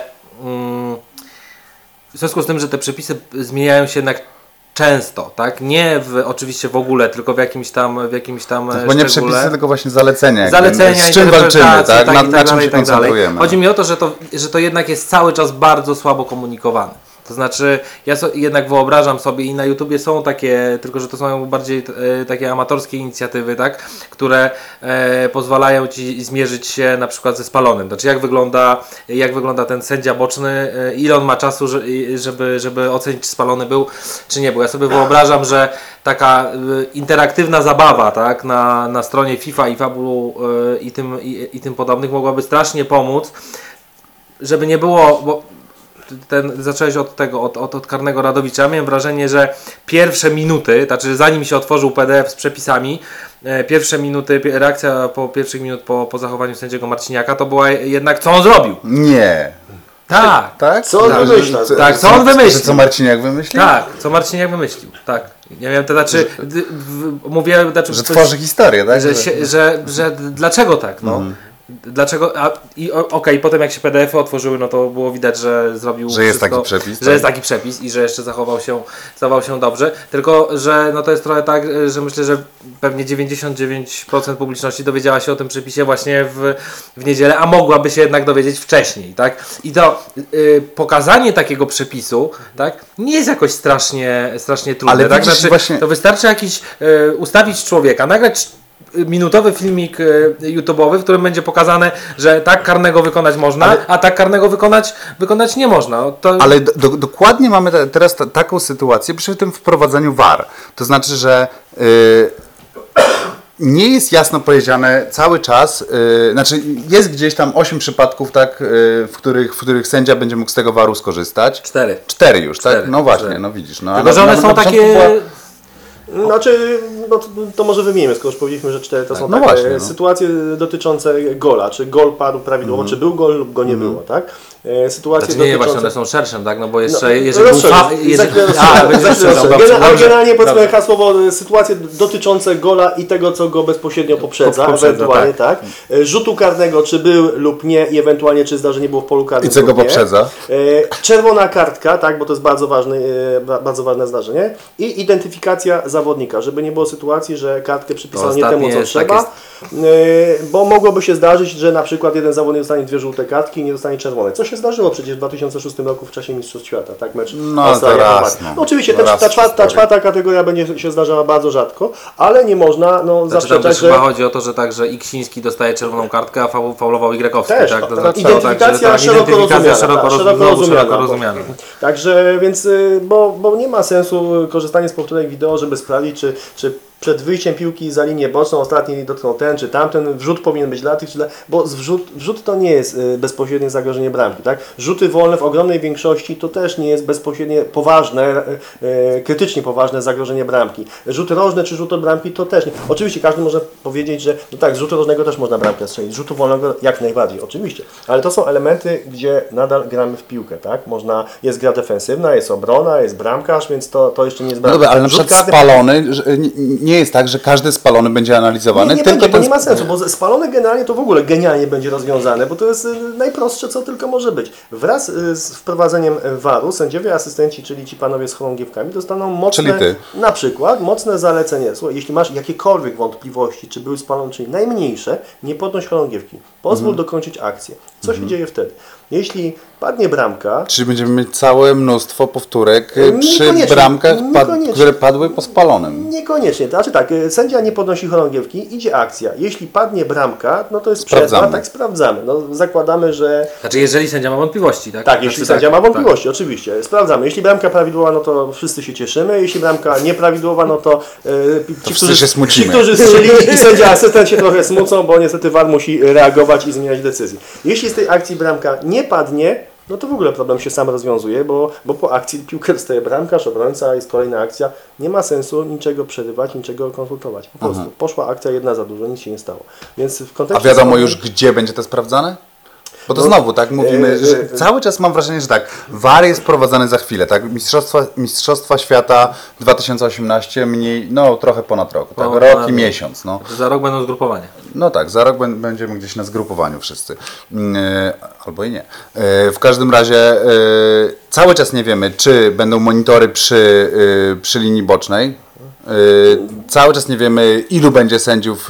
Speaker 3: w związku z tym, że te przepisy zmieniają się jednak często, tak? Nie oczywiście w ogóle, tylko w jakimś tam
Speaker 1: bo nie przepisy, tylko właśnie zalecenia.
Speaker 3: Zalecenia,
Speaker 1: z czym walczymy, tak? Na czym się
Speaker 3: tak
Speaker 1: koncentrujemy.
Speaker 3: Chodzi mi o to, że to jednak jest cały czas bardzo słabo komunikowane. To znaczy, ja jednak wyobrażam sobie i na YouTubie są takie, tylko że to są bardziej takie amatorskie inicjatywy, tak? Które pozwalają Ci zmierzyć się na przykład ze spalonym. Znaczy, jak wygląda ten sędzia boczny, ile on ma czasu, żeby ocenić, czy spalony był, czy nie był. Ja sobie wyobrażam, że taka interaktywna zabawa, tak? Na stronie FIFA i Fabulu i tym podobnych mogłaby strasznie pomóc, żeby nie było... Bo zacząłeś od karnego Radowicza. Miałem wrażenie, że pierwsze minuty, znaczy zanim się otworzył PDF z przepisami, pierwsze minuty, reakcja po pierwszych minut po zachowaniu sędziego Marciniaka to była jednak, co on zrobił.
Speaker 1: Nie.
Speaker 3: Tak?
Speaker 2: Co on wymyślił?
Speaker 3: Tak, co on wymyślił.
Speaker 1: Co Marciniak wymyślił?
Speaker 3: Tak, co Marciniak wymyślił. Tak. Ja wiem, to znaczy, mówię,
Speaker 1: że tworzy historię, tak?
Speaker 3: Że dlaczego tak, no? Dlaczego? Okej, potem jak się PDF-y otworzyły, no to było widać, że zrobił
Speaker 1: że jest
Speaker 3: wszystko,
Speaker 1: taki przepis,
Speaker 3: że jest taki przepis i że jeszcze zachował się dobrze. Tylko, że no to jest trochę tak, że myślę, że pewnie 99% publiczności dowiedziała się o tym przepisie właśnie w niedzielę, a mogłaby się jednak dowiedzieć wcześniej, tak? I to pokazanie takiego przepisu, tak, nie jest jakoś strasznie trudne.
Speaker 1: Ale
Speaker 3: tak?
Speaker 1: znaczy, właśnie...
Speaker 3: To wystarczy ustawić człowieka, nagrać minutowy filmik YouTube'owy, w którym będzie pokazane, że tak karnego wykonać można, a tak karnego wykonać nie można. To...
Speaker 1: Ale dokładnie mamy teraz taką sytuację przy tym wprowadzeniu VAR. To znaczy, że nie jest jasno powiedziane cały czas, znaczy jest gdzieś tam 8 przypadków, tak, w których sędzia będzie mógł z tego VAR-u skorzystać. 4 już, tak? No właśnie,
Speaker 3: 4.
Speaker 1: no widzisz. No,
Speaker 3: Tylko, że one są takie...
Speaker 2: Znaczy, no to może wymienimy, skoro już powiedzieliśmy, że 4 to są
Speaker 1: no
Speaker 2: takie
Speaker 1: właśnie,
Speaker 2: sytuacje dotyczące gola, czy gol padł prawidłowo, czy był gol lub go nie było, tak? Sytuacje
Speaker 3: Znaczy nie,
Speaker 2: dotyczące...
Speaker 3: właśnie one są szerszym, tak? No bo jeszcze,
Speaker 2: No,
Speaker 3: jeżeli był
Speaker 2: generalnie powiedzmy hasłowo sytuacje dotyczące gola i tego, co go bezpośrednio poprzedza, ewentualnie tak. Rzutu karnego, czy był lub nie i ewentualnie czy zdarzenie było w polu karnym.
Speaker 1: I co go poprzedza?
Speaker 2: Czerwona kartka, tak, bo to jest bardzo ważne zdarzenie i identyfikacja zawodnika, żeby nie było sytuacji, że kartkę przypisano nie temu, co trzeba, bo mogłoby się zdarzyć, że na przykład jeden zawodnik dostanie 2 żółte kartki i nie dostanie czerwonej. Co się zdarzyło przecież w 2006 roku w czasie Mistrzostw Świata, tak? Mecz Australia-Chorwacja. No oczywiście ta czwarta kategoria będzie się zdarzała bardzo rzadko, ale nie można zaprzeczać,
Speaker 3: że... Chyba chodzi o to, że tak, że Iksiński dostaje czerwoną kartkę, a faulował Igrekowski,
Speaker 2: też,
Speaker 3: tak? To
Speaker 2: tak,
Speaker 3: znaczy,
Speaker 2: identyfikacja szeroko
Speaker 3: rozumiana.
Speaker 2: Także, więc, bo nie ma sensu korzystanie z powtórek wideo, żeby sprawdzić, czy przed wyjściem piłki za linię boczną ostatni dotknął ten czy tamten, wrzut powinien być dla tych czy dla... Bo wrzut to nie jest bezpośrednie zagrożenie bramki, tak? Rzuty wolne w ogromnej większości to też nie jest bezpośrednie poważne, krytycznie poważne zagrożenie bramki. Rzuty rożne czy rzut od bramki to też nie. Oczywiście każdy może powiedzieć, że no tak, z rzutu rożnego też można bramkę strzelić, z rzutu wolnego jak najbardziej, oczywiście. Ale to są elementy, gdzie nadal gramy w piłkę, tak? Jest gra defensywna, jest obrona, jest bramkarz, więc to jeszcze nie jest bramka.
Speaker 1: No dobra, ale na przykład spalony, nie jest tak, że każdy spalony będzie analizowany.
Speaker 2: Nie będzie, bo nie ma sensu, bo spalony generalnie to w ogóle genialnie będzie rozwiązane, bo to jest najprostsze, co tylko może być. Wraz z wprowadzeniem VAR-u sędziowie asystenci, czyli ci panowie z chorągiewkami, dostaną mocne, na przykład mocne zalecenie. Słuchaj, jeśli masz jakiekolwiek wątpliwości, czy był spalony, czyli najmniejsze, nie podnoś chorągiewki. Pozwól dokończyć akcję. Co się dzieje wtedy? Jeśli padnie bramka...
Speaker 1: Czyli będziemy mieć całe mnóstwo powtórek przy bramkach, które padły po spalonym.
Speaker 2: Niekoniecznie. To znaczy tak, sędzia nie podnosi chorągiewki, idzie akcja. Jeśli padnie bramka, no to jest przerwa, tak sprawdzamy. No, zakładamy, że...
Speaker 3: Znaczy jeżeli sędzia ma wątpliwości, tak?
Speaker 2: Tak, jeśli sędzia ma wątpliwości, oczywiście. Sprawdzamy. Jeśli bramka prawidłowa, no to wszyscy się cieszymy. Jeśli bramka nieprawidłowa, no to ci, którzy strzelili i sędzia asystent się trochę smucą, bo niestety VAR musi reagować i zmieniać decyzję. Jeśli z tej akcji bramka nie padnie, no to w ogóle problem się sam rozwiązuje, bo po akcji piłkę dostaje bramkarz, obrońca, jest kolejna akcja. Nie ma sensu niczego przerywać, niczego konsultować. Po prostu poszła akcja jedna za dużo, nic się nie stało. Więc w kontekście...
Speaker 1: A wiadomo już, gdzie będzie to sprawdzane? Bo to znowu, tak, mówimy, że cały czas mam wrażenie, że tak, VAR jest prowadzony za chwilę, tak, Mistrzostwa Świata 2018 mniej, no trochę ponad rok, tak, rok i miesiąc, no.
Speaker 3: Za rok będą zgrupowania.
Speaker 1: No tak, za rok będziemy gdzieś na zgrupowaniu wszyscy, albo i nie. W każdym razie cały czas nie wiemy, czy będą monitory przy linii bocznej. Cały czas nie wiemy, ilu będzie sędziów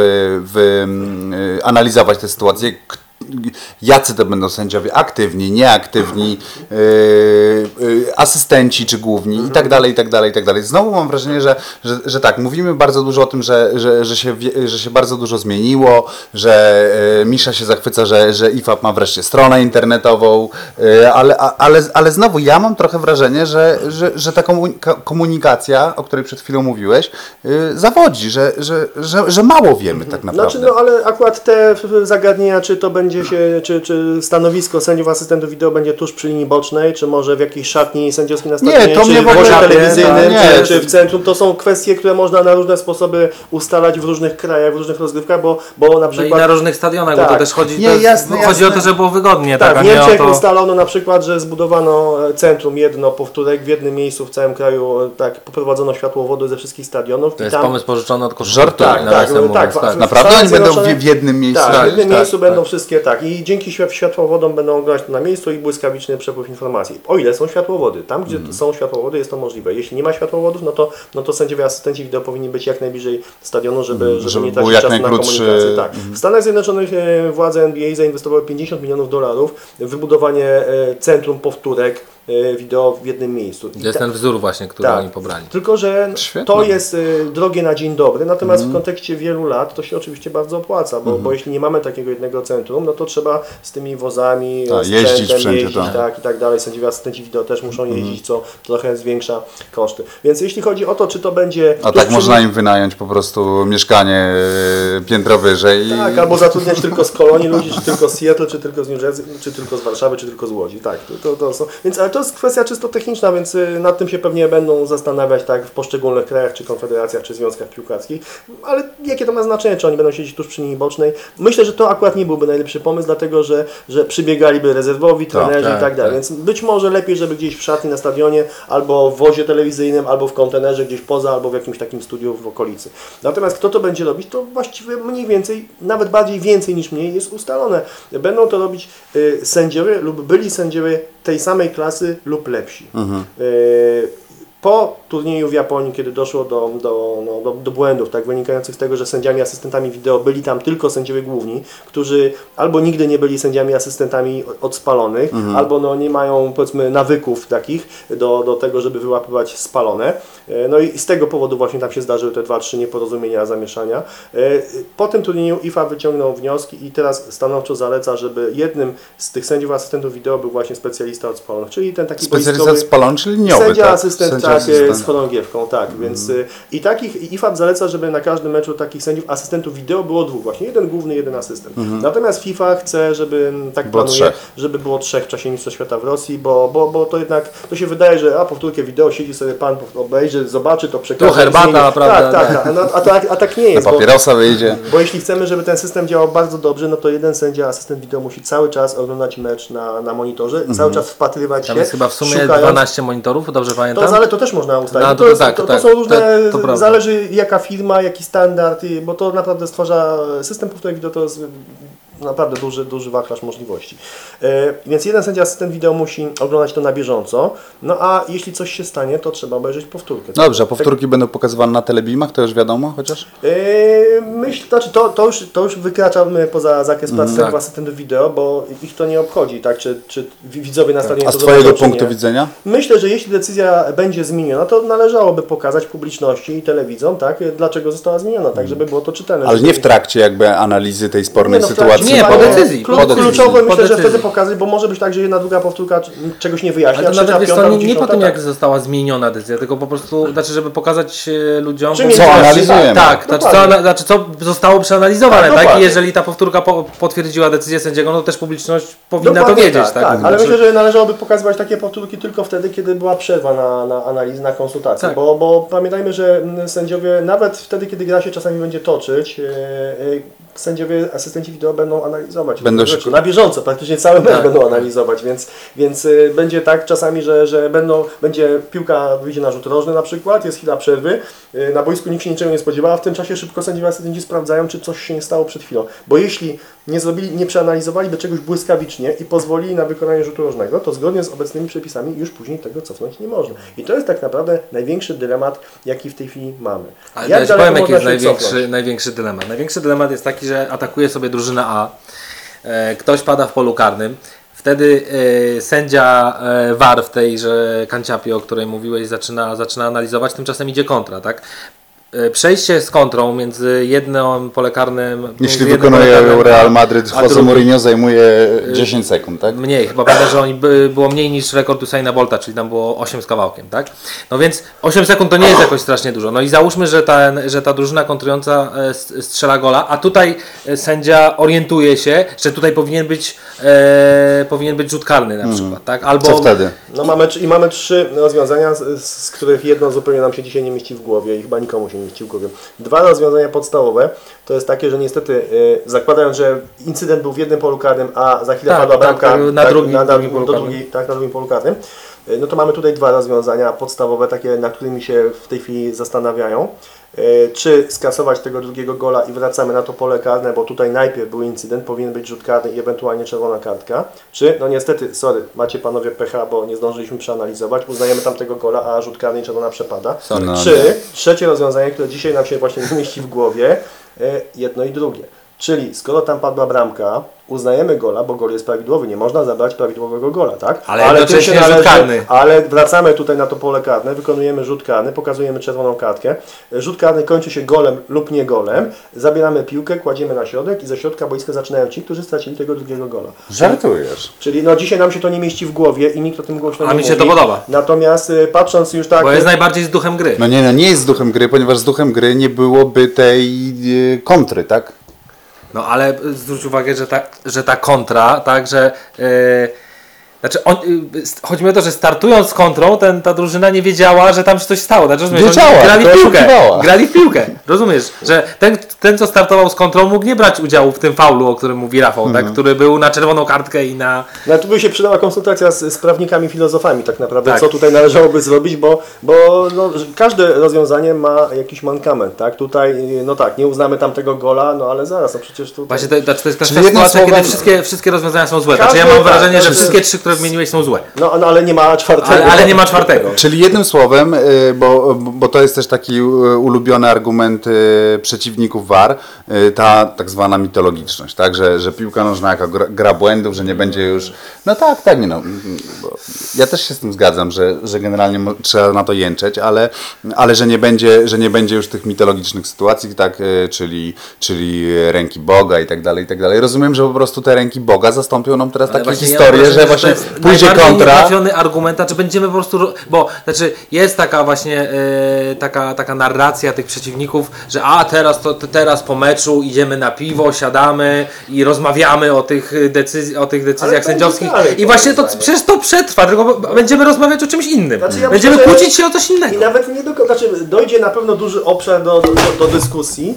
Speaker 1: analizować tę sytuację, jacy to będą sędziowie, aktywni, nieaktywni, asystenci czy główni i tak dalej, i tak dalej, i tak dalej. Znowu mam wrażenie, że tak, mówimy bardzo dużo o tym, że się bardzo dużo zmieniło, że Misza się zachwyca, że IFAB ma wreszcie stronę internetową, ale znowu ja mam trochę wrażenie, że ta komunikacja, o której przed chwilą mówiłeś, zawodzi, że mało wiemy tak naprawdę.
Speaker 2: Znaczy, no ale akurat te zagadnienia, czy to będzie czy stanowisko sędziów asystentów wideo będzie tuż przy linii bocznej, czy może w jakiejś szatni sędziowskiej na stadionie, czy w wozie telewizyjnym, czy w centrum, to są kwestie, które można na różne sposoby ustalać w różnych krajach, w różnych rozgrywkach, bo na przykład...
Speaker 3: No i na różnych stadionach,
Speaker 2: tak,
Speaker 3: bo to też chodzi,
Speaker 2: jasne.
Speaker 3: o to, żeby było wygodnie.
Speaker 2: Tak,
Speaker 3: tak,
Speaker 2: w Niemczech
Speaker 3: to...
Speaker 2: ustalono na przykład, że zbudowano centrum, jedno powtórek w jednym miejscu w całym kraju, tak, poprowadzono światłowody ze wszystkich stadionów.
Speaker 3: To jest pomysł pożyczony od
Speaker 1: koszulki.
Speaker 2: Tak.
Speaker 1: Naprawdę oni będą w jednym miejscu?
Speaker 2: Tak, w jednym miejscu będą wszystkie, tak. I dzięki światłowodom będą oglądać to na miejscu i błyskawiczny przepływ informacji. O ile są światłowody. Tam, gdzie są światłowody, jest to możliwe. Jeśli nie ma światłowodów, no to sędziowie asystenci wideo powinni być jak najbliżej stadionu, żeby nie tracić czasu na komunikację. Tak. W Stanach Zjednoczonych władze NBA zainwestowały $50 milionów w wybudowanie centrum powtórek wideo w jednym miejscu.
Speaker 3: To jest ten wzór właśnie, który
Speaker 2: tak.
Speaker 3: oni pobrali.
Speaker 2: Tylko że
Speaker 1: Świetne.
Speaker 2: to jest drogie na dzień dobry, natomiast w kontekście wielu lat to się oczywiście bardzo opłaca, bo jeśli nie mamy takiego jednego centrum, no to trzeba z tymi wozami,
Speaker 1: jeździć wszędzie,
Speaker 2: tak i tak dalej. Sędziowie asystenci wideo też muszą jeździć, co trochę zwiększa koszty. Więc jeśli chodzi o to, czy to będzie...
Speaker 1: A tak można im wynająć po prostu mieszkanie piętro wyżej.
Speaker 2: Tak, albo zatrudniać tylko z Kolonii ludzi, czy tylko z Seattle, czy tylko z New Jersey, czy tylko z Warszawy, czy tylko z Łodzi. Tak, to są. Więc, ale to jest kwestia czysto techniczna, więc nad tym się pewnie będą zastanawiać tak w poszczególnych krajach, czy konfederacjach, czy związkach piłkarskich. Ale jakie to ma znaczenie, czy oni będą siedzieć tuż przy linii bocznej? Myślę, że to akurat nie byłby najlepszy pomysł, dlatego że przybiegaliby rezerwowi, trenerzy i tak dalej. Więc być może lepiej, żeby gdzieś w szatni na stadionie, albo w wozie telewizyjnym, albo w kontenerze gdzieś poza, albo w jakimś takim studiu w okolicy. Natomiast kto to będzie robić, to właściwie mniej więcej, nawet bardziej więcej niż mniej jest ustalone. Będą to robić sędziowie lub byli sędziowie tej samej klasy lub lepsi. Po turnieju w Japonii, kiedy doszło do błędów, tak, wynikających z tego, że sędziami asystentami wideo byli tam tylko sędziowie główni, którzy albo nigdy nie byli sędziami asystentami od spalonych, albo nie mają, powiedzmy, nawyków takich do tego, żeby wyłapywać spalone. No i z tego powodu właśnie tam się zdarzyły te 2-3 nieporozumienia, zamieszania. Po tym turnieju IFA wyciągnął wnioski i teraz stanowczo zaleca, żeby jednym z tych sędziów asystentów wideo był właśnie specjalista od spalonych, czyli ten taki
Speaker 1: Specjalista od spalonych, czyli niowy,
Speaker 2: sędzia
Speaker 1: tak?
Speaker 2: asystent, tak, z chorągiewką, tak, więc i takich IFAB zaleca, żeby na każdym meczu takich sędziów asystentów wideo było 2, właśnie jeden główny, jeden asystent. Natomiast FIFA chce, żeby
Speaker 1: Było 3.
Speaker 2: żeby było 3 w czasie Mistrzostw Świata w Rosji, bo to jednak, to się wydaje, że powtórkę wideo siedzi sobie pan, obejrzy, zobaczy, to przekaże.
Speaker 3: Tu herbata, prawda?
Speaker 2: Tak, a tak nie jest.
Speaker 1: Na papierosa wyjdzie.
Speaker 2: Bo jeśli chcemy, żeby ten system działał bardzo dobrze, no to jeden sędzia, asystent wideo musi cały czas oglądać mecz na monitorze, cały czas wpatrywać
Speaker 3: Tam
Speaker 2: się.
Speaker 3: jest chyba w sumie
Speaker 2: szukając.
Speaker 3: 12 monitorów, dobrze pamiętam?
Speaker 2: Ale to też można ustalić.
Speaker 3: No,
Speaker 2: to są różne,
Speaker 3: to prawda.
Speaker 2: zależy jaka firma, jaki standard, bo to naprawdę stwarza system powtórek wideo, to jest naprawdę duży wachlarz możliwości. Więc jeden sędzia asystent wideo musi oglądać to na bieżąco, no a jeśli coś się stanie, to trzeba obejrzeć powtórkę.
Speaker 1: Dobrze, a powtórki będą pokazywane na telebimach, to już wiadomo chociaż?
Speaker 2: Znaczy to już wykraczamy poza zakres pracy sędziów asystentów wideo, bo ich to nie obchodzi, tak? Czy widzowie na stadionie
Speaker 1: A z
Speaker 2: to
Speaker 1: Twojego
Speaker 2: zobaczą, czy
Speaker 1: punktu
Speaker 2: nie.
Speaker 1: widzenia?
Speaker 2: Myślę, że jeśli decyzja będzie zmieniona, to należałoby pokazać publiczności i telewidzom, tak? Dlaczego została zmieniona, tak żeby było to czytelne.
Speaker 1: Ale nie w trakcie jakby analizy tej spornej sytuacji.
Speaker 3: Nie, po decyzji.
Speaker 2: Kluczowe myślę, że
Speaker 3: decyzji.
Speaker 2: wtedy pokazać, bo może być tak, że jedna, druga powtórka czegoś nie wyjaśnia,
Speaker 3: Ale to
Speaker 2: trzecia,
Speaker 3: nawet wiesz,
Speaker 2: piąta,
Speaker 3: to nie
Speaker 2: dziesiąta,
Speaker 3: po tym,
Speaker 2: tak.
Speaker 3: jak została zmieniona decyzja, tylko po prostu, znaczy, żeby pokazać ludziom,
Speaker 2: Czym
Speaker 3: bo-
Speaker 2: jest
Speaker 1: analizujemy.
Speaker 3: Tak, znaczy, co zostało przeanalizowane, tak?
Speaker 2: dokładnie.
Speaker 3: I jeżeli ta powtórka potwierdziła decyzję sędziego, no to też publiczność powinna
Speaker 2: Dokładnie
Speaker 3: to wiedzieć, tak?
Speaker 2: Ale myślę, że należałoby pokazywać takie powtórki tylko wtedy, kiedy była przerwa na analizy, na konsultacje,
Speaker 3: Tak.
Speaker 2: bo pamiętajmy, że sędziowie, nawet wtedy, kiedy gra się czasami będzie toczyć, sędziowie, asystenci wideo będą analizować.
Speaker 1: Będą się-
Speaker 2: Na bieżąco, praktycznie cały mecz
Speaker 3: Tak.
Speaker 2: będą analizować, więc będzie tak czasami, że będzie piłka wyjdzie na rzut rożny na przykład, jest chwila przerwy, na boisku nikt się niczego nie spodziewa, a w tym czasie szybko sędziowie asystenci sprawdzają, czy coś się nie stało przed chwilą. Bo jeśli nie przeanalizowaliby czegoś błyskawicznie i pozwolili na wykonanie rzutu rożnego, to zgodnie z obecnymi przepisami już później tego cofnąć nie można. I to jest tak naprawdę największy dylemat, jaki w tej chwili mamy.
Speaker 3: Ale
Speaker 2: Jak
Speaker 3: ja ci
Speaker 2: daleko
Speaker 3: powiem, jaki
Speaker 2: można
Speaker 3: jest
Speaker 2: się cofnąć?
Speaker 3: największy dylemat. Największy dylemat jest taki, że atakuje sobie drużyna A, ktoś pada w polu karnym, wtedy sędzia VAR w tejże kanciapie, o której mówiłeś, zaczyna analizować, tymczasem idzie kontra, tak? Przejście z kontrą między jednym pole karnym...
Speaker 1: Jeśli
Speaker 3: między jednym
Speaker 1: wykonuje
Speaker 3: pole karnym
Speaker 1: Real Madryt,
Speaker 3: a
Speaker 1: Jose
Speaker 3: drugim-
Speaker 1: Mourinho zajmuje 10 sekund, tak?
Speaker 3: Mniej, chyba pamiętam, że było mniej niż rekord Usaina Bolta, czyli tam było 8 z kawałkiem, tak? No więc 8 sekund to nie jest jakoś strasznie dużo. No i załóżmy, że ta drużyna kontrująca strzela gola, a tutaj sędzia orientuje się, że tutaj powinien być rzut karny na przykład, tak? Albo
Speaker 1: Co wtedy?
Speaker 2: No mamy 3 rozwiązania, z których jedno zupełnie nam się dzisiaj nie mieści w głowie i chyba nikomu się nie mieści w głowie. 2 rozwiązania podstawowe to jest takie, że niestety zakładając, że incydent był w jednym polu karnym, a za chwilę
Speaker 3: Tak,
Speaker 2: padła
Speaker 3: tak,
Speaker 2: bramka
Speaker 3: na drugim polu
Speaker 2: na drugim polu karnym, no to mamy tutaj 2 rozwiązania podstawowe, takie, nad którymi się w tej chwili zastanawiają. Czy skasować tego drugiego gola i wracamy na to pole karne, bo tutaj najpierw był incydent, powinien być rzut karny i ewentualnie czerwona kartka. Czy, no niestety, sorry, macie panowie pecha, bo nie zdążyliśmy przeanalizować, uznajemy tamtego gola, a rzut karny i czerwona przepada.
Speaker 1: No.
Speaker 2: Czy trzecie rozwiązanie, które dzisiaj nam się właśnie nie mieści w głowie, jedno i drugie. Czyli skoro tam padła bramka, uznajemy gola, bo gol jest prawidłowy, nie można zabrać prawidłowego gola, tak?
Speaker 3: Ale jednocześnie rzut karny.
Speaker 2: Ale wracamy tutaj na to pole karne, wykonujemy rzut karny, pokazujemy czerwoną kartkę. Rzut karny kończy się golem lub nie golem, zabieramy piłkę, kładziemy na środek i ze środka boiska zaczynają ci, którzy stracili tego drugiego gola.
Speaker 1: Żartujesz.
Speaker 2: Czyli no dzisiaj nam się to nie mieści w głowie i nikt o tym głośno nie
Speaker 3: A
Speaker 2: mówi.
Speaker 3: mi się to podoba.
Speaker 2: Natomiast patrząc już tak...
Speaker 3: Bo jest najbardziej z duchem gry.
Speaker 1: No nie jest z duchem gry, ponieważ z duchem gry nie byłoby tej kontry, tak?
Speaker 3: No ale zwróć uwagę, że ta kontra, tak, że znaczy chodzi mi o to, że startując z kontrą, ta drużyna nie wiedziała, że tam się coś stało. Znaczy, rozumiesz,
Speaker 1: Wiedziała,
Speaker 3: grali w piłkę. Rozumiesz, że ten, co startował z kontrą, mógł nie brać udziału w tym faulu, o którym mówi Rafał, tak, który był na czerwoną kartkę i na...
Speaker 2: No tu by się przydała konsultacja z prawnikami, filozofami tak naprawdę,
Speaker 3: Tak.
Speaker 2: co tutaj należałoby zrobić, bo no, każde rozwiązanie ma jakiś mankament, tak? Tutaj, no tak, nie uznamy tamtego gola, no ale zaraz, no przecież tutaj...
Speaker 3: Właśnie to jest ta
Speaker 1: Czyli jednym
Speaker 3: sytuacja, kiedy
Speaker 1: słowem-
Speaker 3: wszystkie rozwiązania są złe.
Speaker 2: Każde,
Speaker 3: Znaczy ja mam
Speaker 2: tak,
Speaker 3: wrażenie, że
Speaker 2: tak.
Speaker 3: wszystkie trzy, które wymieniłeś, są złe.
Speaker 2: No ale nie ma czwartego.
Speaker 3: Ale nie ma czwartego.
Speaker 1: Czyli jednym słowem, bo to jest też taki ulubiony argument przeciwników VAR, ta tak zwana mitologiczność, tak? Że piłka nożna jako gra błędów, że nie będzie już... No tak, nie no. Ja też się z tym zgadzam, że generalnie trzeba na to jęczeć, ale że nie będzie już tych mitologicznych sytuacji, tak? Czyli ręki Boga i tak dalej, i tak dalej. Rozumiem, że po prostu te ręki Boga zastąpią nam teraz takie
Speaker 3: właśnie
Speaker 1: historie,
Speaker 3: ja
Speaker 1: że właśnie pójdzie kontra.
Speaker 3: Nietrafiony argument, czy będziemy po prostu, bo znaczy jest taka właśnie taka narracja tych przeciwników, że teraz po meczu idziemy na piwo, siadamy i rozmawiamy o tych decyzjach sędziowskich
Speaker 2: dalej,
Speaker 3: i właśnie to
Speaker 2: moim zdaniem.
Speaker 3: przecież to przetrwa, tylko będziemy rozmawiać o czymś innym.
Speaker 2: Znaczy, ja
Speaker 3: Będziemy
Speaker 2: myślę, że-
Speaker 3: kłócić się o coś
Speaker 2: I
Speaker 3: innego.
Speaker 2: nawet nie do końca, znaczy dojdzie na pewno duży obszar do dyskusji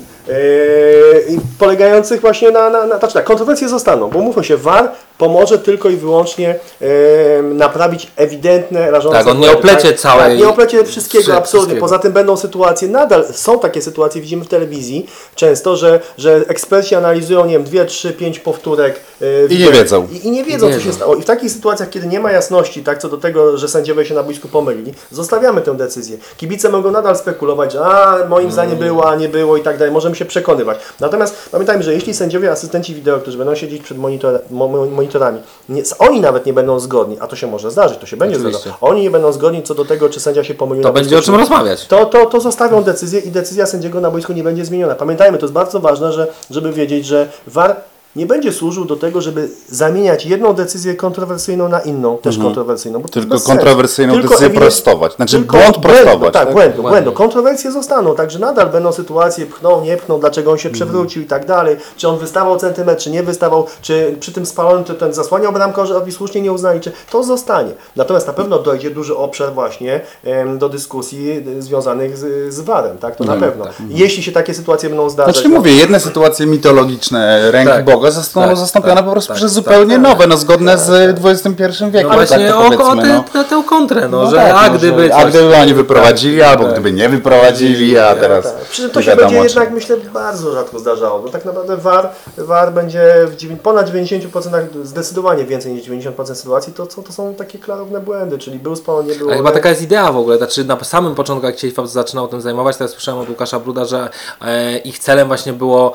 Speaker 2: i polegających właśnie znaczy tak, kontrowersje zostaną, bo mówmy się, VAR pomoże tylko i wyłącznie naprawić ewidentne, rażące
Speaker 3: Tak, on nie
Speaker 2: błędy,
Speaker 3: oplecie
Speaker 2: tak?
Speaker 3: całej-
Speaker 2: Tak, nie oplecie wszystkiego, absolutnie.
Speaker 3: wszystkiego.
Speaker 2: Poza tym będą sytuacje, nadal są takie sytuacje, widzimy w telewizji często, że eksperci analizują, nie wiem, 2, 3, 5 powtórek
Speaker 1: I nie wiedzą.
Speaker 2: I nie wiedzą, co się stało. I w takich sytuacjach, kiedy nie ma jasności, tak, co do tego, że sędziowie się na boisku pomylili, zostawiamy tę decyzję. Kibice mogą nadal spekulować, że moim zdaniem było, a nie było i tak dalej. Możemy się przekonywać. Natomiast pamiętajmy, że jeśli sędziowie, asystenci wideo, którzy będą siedzieć przed monitorami, oni nawet nie będą zgodni, a to się może zdarzyć, to się będzie
Speaker 3: Oczywiście.
Speaker 2: zdarzało. Oni nie będą zgodni co do tego, czy sędzia się pomylił.
Speaker 3: To
Speaker 2: na
Speaker 3: będzie o
Speaker 2: boisku,
Speaker 3: czym
Speaker 2: czy-
Speaker 3: rozmawiać.
Speaker 2: to zostawią decyzję i decyzja sędziego na boisku nie będzie zmieniona. Pamiętajmy, to jest bardzo ważne, żeby wiedzieć, że VAR nie będzie służył do tego, żeby zamieniać jedną decyzję kontrowersyjną na inną, też kontrowersyjną. Bo to jest
Speaker 1: Tylko
Speaker 2: bez sensu.
Speaker 1: kontrowersyjną
Speaker 2: Tylko
Speaker 1: decyzję
Speaker 2: ewident-
Speaker 1: prostować. Znaczy
Speaker 2: tylko
Speaker 1: błąd prostować.
Speaker 2: Tak,
Speaker 1: tak?
Speaker 2: błędu. Kontrowersje zostaną, także nadal będą sytuacje pchną, nie pchnął, dlaczego on się przewrócił i tak dalej, czy on wystawał centymetr, czy nie wystawał, czy przy tym spalonym to ten zasłaniał bramkarzowi, słusznie nie uznali, czy to zostanie. Natomiast na pewno dojdzie duży obszar właśnie do dyskusji związanych z VAR-em, tak? To na pewno. Jeśli się takie sytuacje będą zdarzać.
Speaker 1: Znaczy mówię, jedne sytuacje mitologiczne ręki
Speaker 3: Tak.
Speaker 1: Boga zostaną zastąpione po prostu przez zupełnie nowe, no zgodne z XXI wiekiem.
Speaker 3: No właśnie
Speaker 1: tak to powiedzmy,
Speaker 3: na tę kontrę,
Speaker 1: No
Speaker 3: że
Speaker 1: tak,
Speaker 3: gdyby
Speaker 1: a
Speaker 3: coś-
Speaker 1: gdyby oni wyprowadzili, albo gdyby nie wyprowadzili, a teraz
Speaker 2: Tak. Przy czym to
Speaker 1: nie
Speaker 2: się
Speaker 1: wiadomo
Speaker 2: będzie
Speaker 1: czy.
Speaker 2: jednak, myślę, bardzo rzadko zdarzało. No tak naprawdę VAR będzie ponad 90%, zdecydowanie więcej niż 90% sytuacji, to są takie klarowne błędy, czyli był spalony, nie było.
Speaker 3: A chyba taka jest idea w ogóle, znaczy na samym początku, jak Ciejfaw zaczynał tym zajmować, to ja słyszałem od Łukasza Bruda, że ich celem właśnie było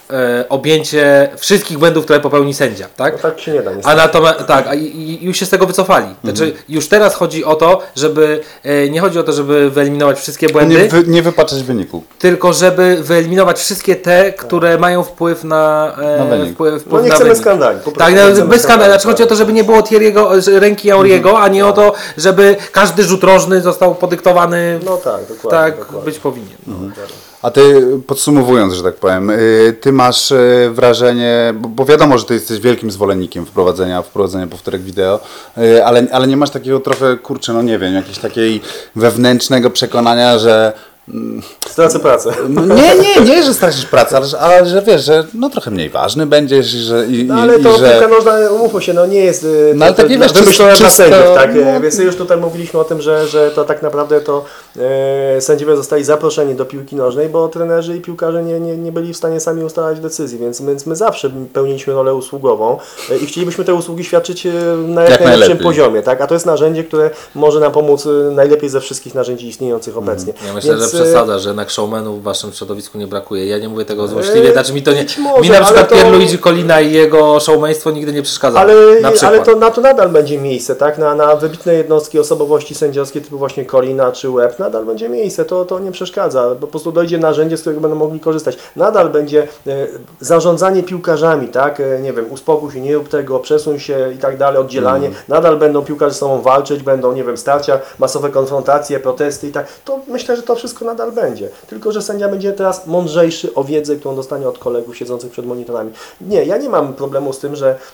Speaker 3: objęcie wszystkich błędów, które popełni sędzia, tak?
Speaker 2: No tak się nie da
Speaker 3: A
Speaker 2: niestety.
Speaker 3: natomiast tak, i już się z tego wycofali. Znaczy, już teraz chodzi o to, żeby nie chodzi o to, żeby wyeliminować wszystkie błędy,
Speaker 1: Nie wypaczać wyniku.
Speaker 3: tylko żeby wyeliminować wszystkie te, które mają wpływ na
Speaker 1: wynik.
Speaker 3: wpływ
Speaker 2: No nie
Speaker 3: na
Speaker 2: chcemy
Speaker 3: wynik.
Speaker 2: skandali. po
Speaker 3: Tak,
Speaker 2: prostu nie chcemy
Speaker 3: bez skandali. Znaczy chodzi o to,
Speaker 2: tak.
Speaker 3: żeby nie było ręki Auriego, a nie o to, żeby każdy rzut rożny został podyktowany
Speaker 2: No tak, dokładnie.
Speaker 3: tak
Speaker 2: dokładnie.
Speaker 3: być powinien.
Speaker 1: A ty, podsumowując, że tak powiem, ty masz wrażenie, bo wiadomo, że ty jesteś wielkim zwolennikiem wprowadzenia powtórek wideo, ale nie masz takiego trochę, kurczę, no nie wiem, jakiegoś takiej wewnętrznego przekonania, że
Speaker 2: Stracę pracę.
Speaker 1: no nie, że stracisz pracę, ale że wiesz, że no trochę mniej ważny będziesz
Speaker 2: No ale to
Speaker 1: że...
Speaker 2: piłka nożna, umówmy się, no nie jest
Speaker 1: No ale takie, wiesz,
Speaker 2: wymyślone dla
Speaker 1: czysto-
Speaker 2: sędziów, tak?
Speaker 1: no.
Speaker 2: Więc już tutaj mówiliśmy o tym, że to tak naprawdę to sędziowie zostali zaproszeni do piłki nożnej, bo trenerzy i piłkarze nie byli w stanie sami ustalać decyzji, więc my zawsze pełniliśmy rolę usługową i chcielibyśmy te usługi świadczyć na jak najlepszym
Speaker 1: najlepiej.
Speaker 2: poziomie, tak? A to jest narzędzie, które może nam pomóc najlepiej ze wszystkich narzędzi istniejących obecnie.
Speaker 3: Ja myślę,
Speaker 2: Więc,
Speaker 3: że przesadza, że jednak showmanów w waszym środowisku nie brakuje. Ja nie mówię tego złośliwie, znaczy mi to nie...
Speaker 2: może,
Speaker 3: mi na przykład
Speaker 2: ale to-
Speaker 3: Pierluigi Collina i jego showmaństwo nigdy nie przeszkadza. Na przykład.
Speaker 2: Ale to na to nadal będzie miejsce, tak? Na wybitne jednostki osobowości sędziowskie typu właśnie Collina czy Webb nadal będzie miejsce, to nie przeszkadza. Po prostu dojdzie narzędzie, z którego będą mogli korzystać. Nadal będzie zarządzanie piłkarzami, tak? Nie wiem, uspokój się, nie rób tego, przesuń się i tak dalej, oddzielanie. Nadal będą piłkarze ze sobą walczyć, będą, nie wiem, starcia, masowe konfrontacje, protesty i tak. To myślę, że to wszystko nadal będzie. Tylko że sędzia będzie teraz mądrzejszy o wiedzę, którą dostanie od kolegów siedzących przed monitorami. Nie, ja nie mam problemu z tym, że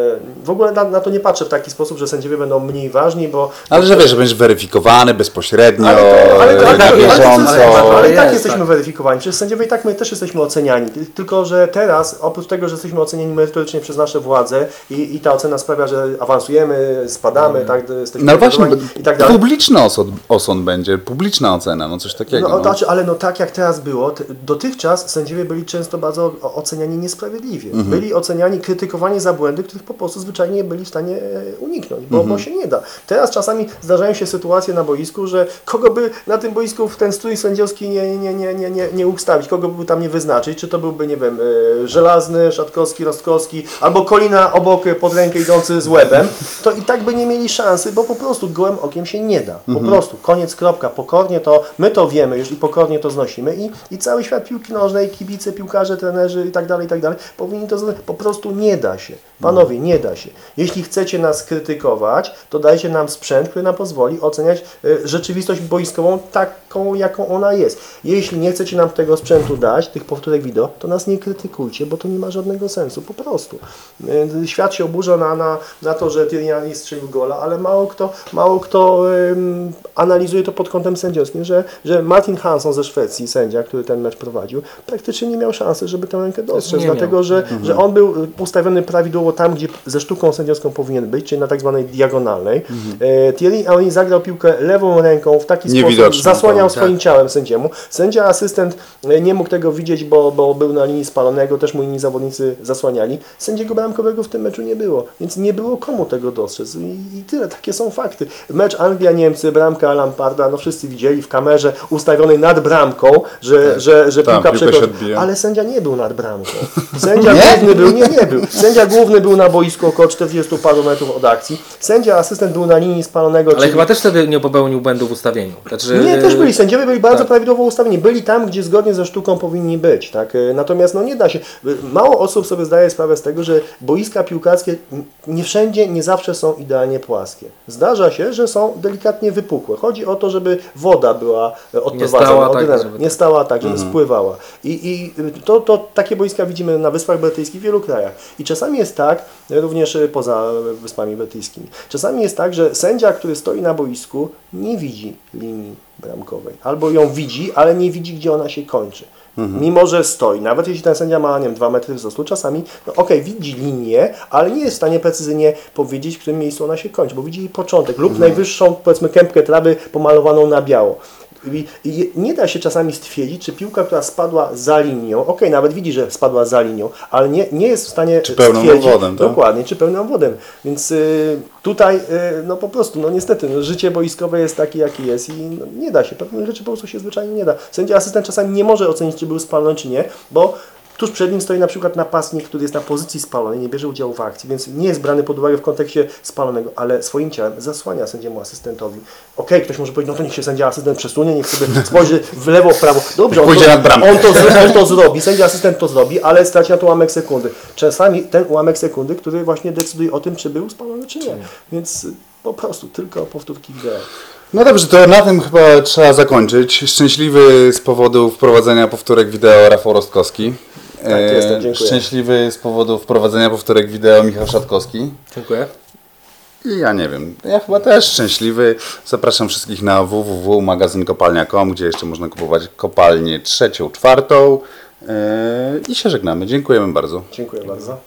Speaker 2: w ogóle na to nie patrzę w taki sposób, że sędziowie będą mniej ważni, bo...
Speaker 1: Ale że wiesz, że będziesz weryfikowany bezpośrednio,
Speaker 2: Ale
Speaker 1: bieżąco.
Speaker 2: i tak
Speaker 3: jest,
Speaker 2: jesteśmy
Speaker 3: tak.
Speaker 2: weryfikowani. Przez sędziowie i tak my też jesteśmy oceniani. Tylko że teraz, oprócz tego, że jesteśmy oceniani merytorycznie przez nasze władze i ta ocena sprawia, że awansujemy, spadamy, tak, jesteśmy
Speaker 1: No ale właśnie,
Speaker 2: i tak dalej.
Speaker 1: publiczny osąd będzie, publiczna ocena, no coś takiego.
Speaker 2: No, znaczy, ale no tak jak teraz było, dotychczas sędziowie byli często bardzo oceniani niesprawiedliwie. Byli oceniani, krytykowani za błędy, których po prostu zwyczajnie nie byli w stanie uniknąć, bo się nie da. Teraz czasami zdarzają się sytuacje na boisku, że kogo by na tym boisku w ten strój sędziowski nie ustawić, kogo by tam nie wyznaczyć, czy to byłby, nie wiem, Żelazny, Szatkowski, Rostkowski, albo Collina obok pod rękę idący z Webbem, to i tak by nie mieli szansy, bo po prostu gołym okiem się nie da. Po prostu, koniec, kropka. Pokornie to, my to wiemy już i pokornie to znosimy i cały świat piłki nożnej, kibice, piłkarze, trenerzy i tak dalej, powinni to zrozumieć. Po prostu nie da się. Panowie, nie da się. Jeśli chcecie nas krytykować, to dajcie nam sprzęt, który nam pozwoli oceniać rzeczywistość boiskową taką, jaką ona jest. Jeśli nie chcecie nam tego sprzętu dać, tych powtórek wideo, to nas nie krytykujcie, bo to nie ma żadnego sensu, po prostu. Świat się oburza na to, że Thierry Henry strzelił gola, ale mało kto analizuje to pod kątem sędziowskim, że Martin Hansson ze Szwecji, sędzia, który ten mecz prowadził, praktycznie nie miał szansy, żeby tę rękę dostrzec, dlatego że on był ustawiony prawidłowo tam, gdzie ze sztuką sędziowską powinien być, czyli na tak zwanej diagonalnej. Thierry Henry zagrał piłkę lewą ręką w taki sposób, zasłaniał swoim ciałem sędziemu. Sędzia asystent nie mógł tego widzieć, bo był na linii spalonego, też mu inni zawodnicy zasłaniali. Sędziego bramkowego w tym meczu nie było, więc nie było komu tego dostrzec. I tyle, takie są fakty. Mecz Anglia-Niemcy, bramka Lamparda, no wszyscy widzieli w kamerze ustawionej nad bramką, że piłka przekroczyła. Ale sędzia nie był nad bramką. Sędzia główny był, nie był. Sędzia główny był na boisku około 40 paru metrów od akcji. Sędzia asystent był na linii spalonego.
Speaker 3: Ale chyba też wtedy nie popełnił błędu w ustawieniu. Znaczy,
Speaker 2: nie, też byli. Sędziowie byli bardzo prawidłowo ustawieni. Byli tam, gdzie zgodnie ze sztuką powinni być. Tak? Natomiast no nie da się. Mało osób sobie zdaje sprawę z tego, że boiska piłkarskie nie wszędzie, nie zawsze są idealnie płaskie. Zdarza się, że są delikatnie wypukłe. Chodzi o to, żeby woda była odprowadzona. Nie stała tak, żeby spływała. I to takie boiska widzimy na Wyspach Brytyjskich w wielu krajach. I czasami jest tak, również poza Wyspami Brytyjskimi, czasami jest tak, że sędzia, który stoi na boisku, nie widzi linii bramkowej. Albo ją widzi, ale nie widzi, gdzie ona się kończy. Mimo że stoi. Nawet jeśli ten sędzia ma, nie wiem, 2 metry wzrostu, czasami, widzi linię, ale nie jest w stanie precyzyjnie powiedzieć, w którym miejscu ona się kończy, bo widzi jej początek lub najwyższą, powiedzmy, kępkę trawy pomalowaną na biało. I nie da się czasami stwierdzić, czy piłka, która spadła za linią, nawet widzi, że spadła za linią, ale nie jest w stanie
Speaker 1: czy pełnym
Speaker 2: stwierdzić
Speaker 1: obwodem, tak?
Speaker 2: dokładnie, czy pełnym obwodem. Więc tutaj, po prostu, niestety, życie boiskowe jest takie, jakie jest i nie da się. Pewnych rzeczy po prostu się zwyczajnie nie da. Sędzia asystent czasami nie może ocenić, czy był spalony, czy nie, bo tuż przed nim stoi na przykład napastnik, który jest na pozycji spalonej, nie bierze udziału w akcji, więc nie jest brany pod uwagę w kontekście spalonego, ale swoim ciałem zasłania sędziemu asystentowi. Ktoś może powiedzieć, no to niech się sędzia asystent przesunie, niech sobie spojrzy w lewo, w prawo. Dobrze, on to zrobi, sędzia asystent to zrobi, ale straci na to ułamek sekundy. Czasami ten ułamek sekundy, który właśnie decyduje o tym, czy był spalony, czy nie. Więc po prostu tylko powtórki wideo.
Speaker 1: No dobrze, to na tym chyba trzeba zakończyć. Szczęśliwy z powodu wprowadzenia powtórek wideo Rafał Rostkowski.
Speaker 2: Tak, jestem, dziękuję.
Speaker 1: Szczęśliwy z powodu wprowadzenia powtórek wideo Michał Szatkowski.
Speaker 3: Dziękuję.
Speaker 1: I ja nie wiem, ja chyba też szczęśliwy. Zapraszam wszystkich na www.magazynkopalnia.com, gdzie jeszcze można kupować kopalnię 3., 4. I się żegnamy. Dziękujemy bardzo.
Speaker 2: Dziękuję bardzo.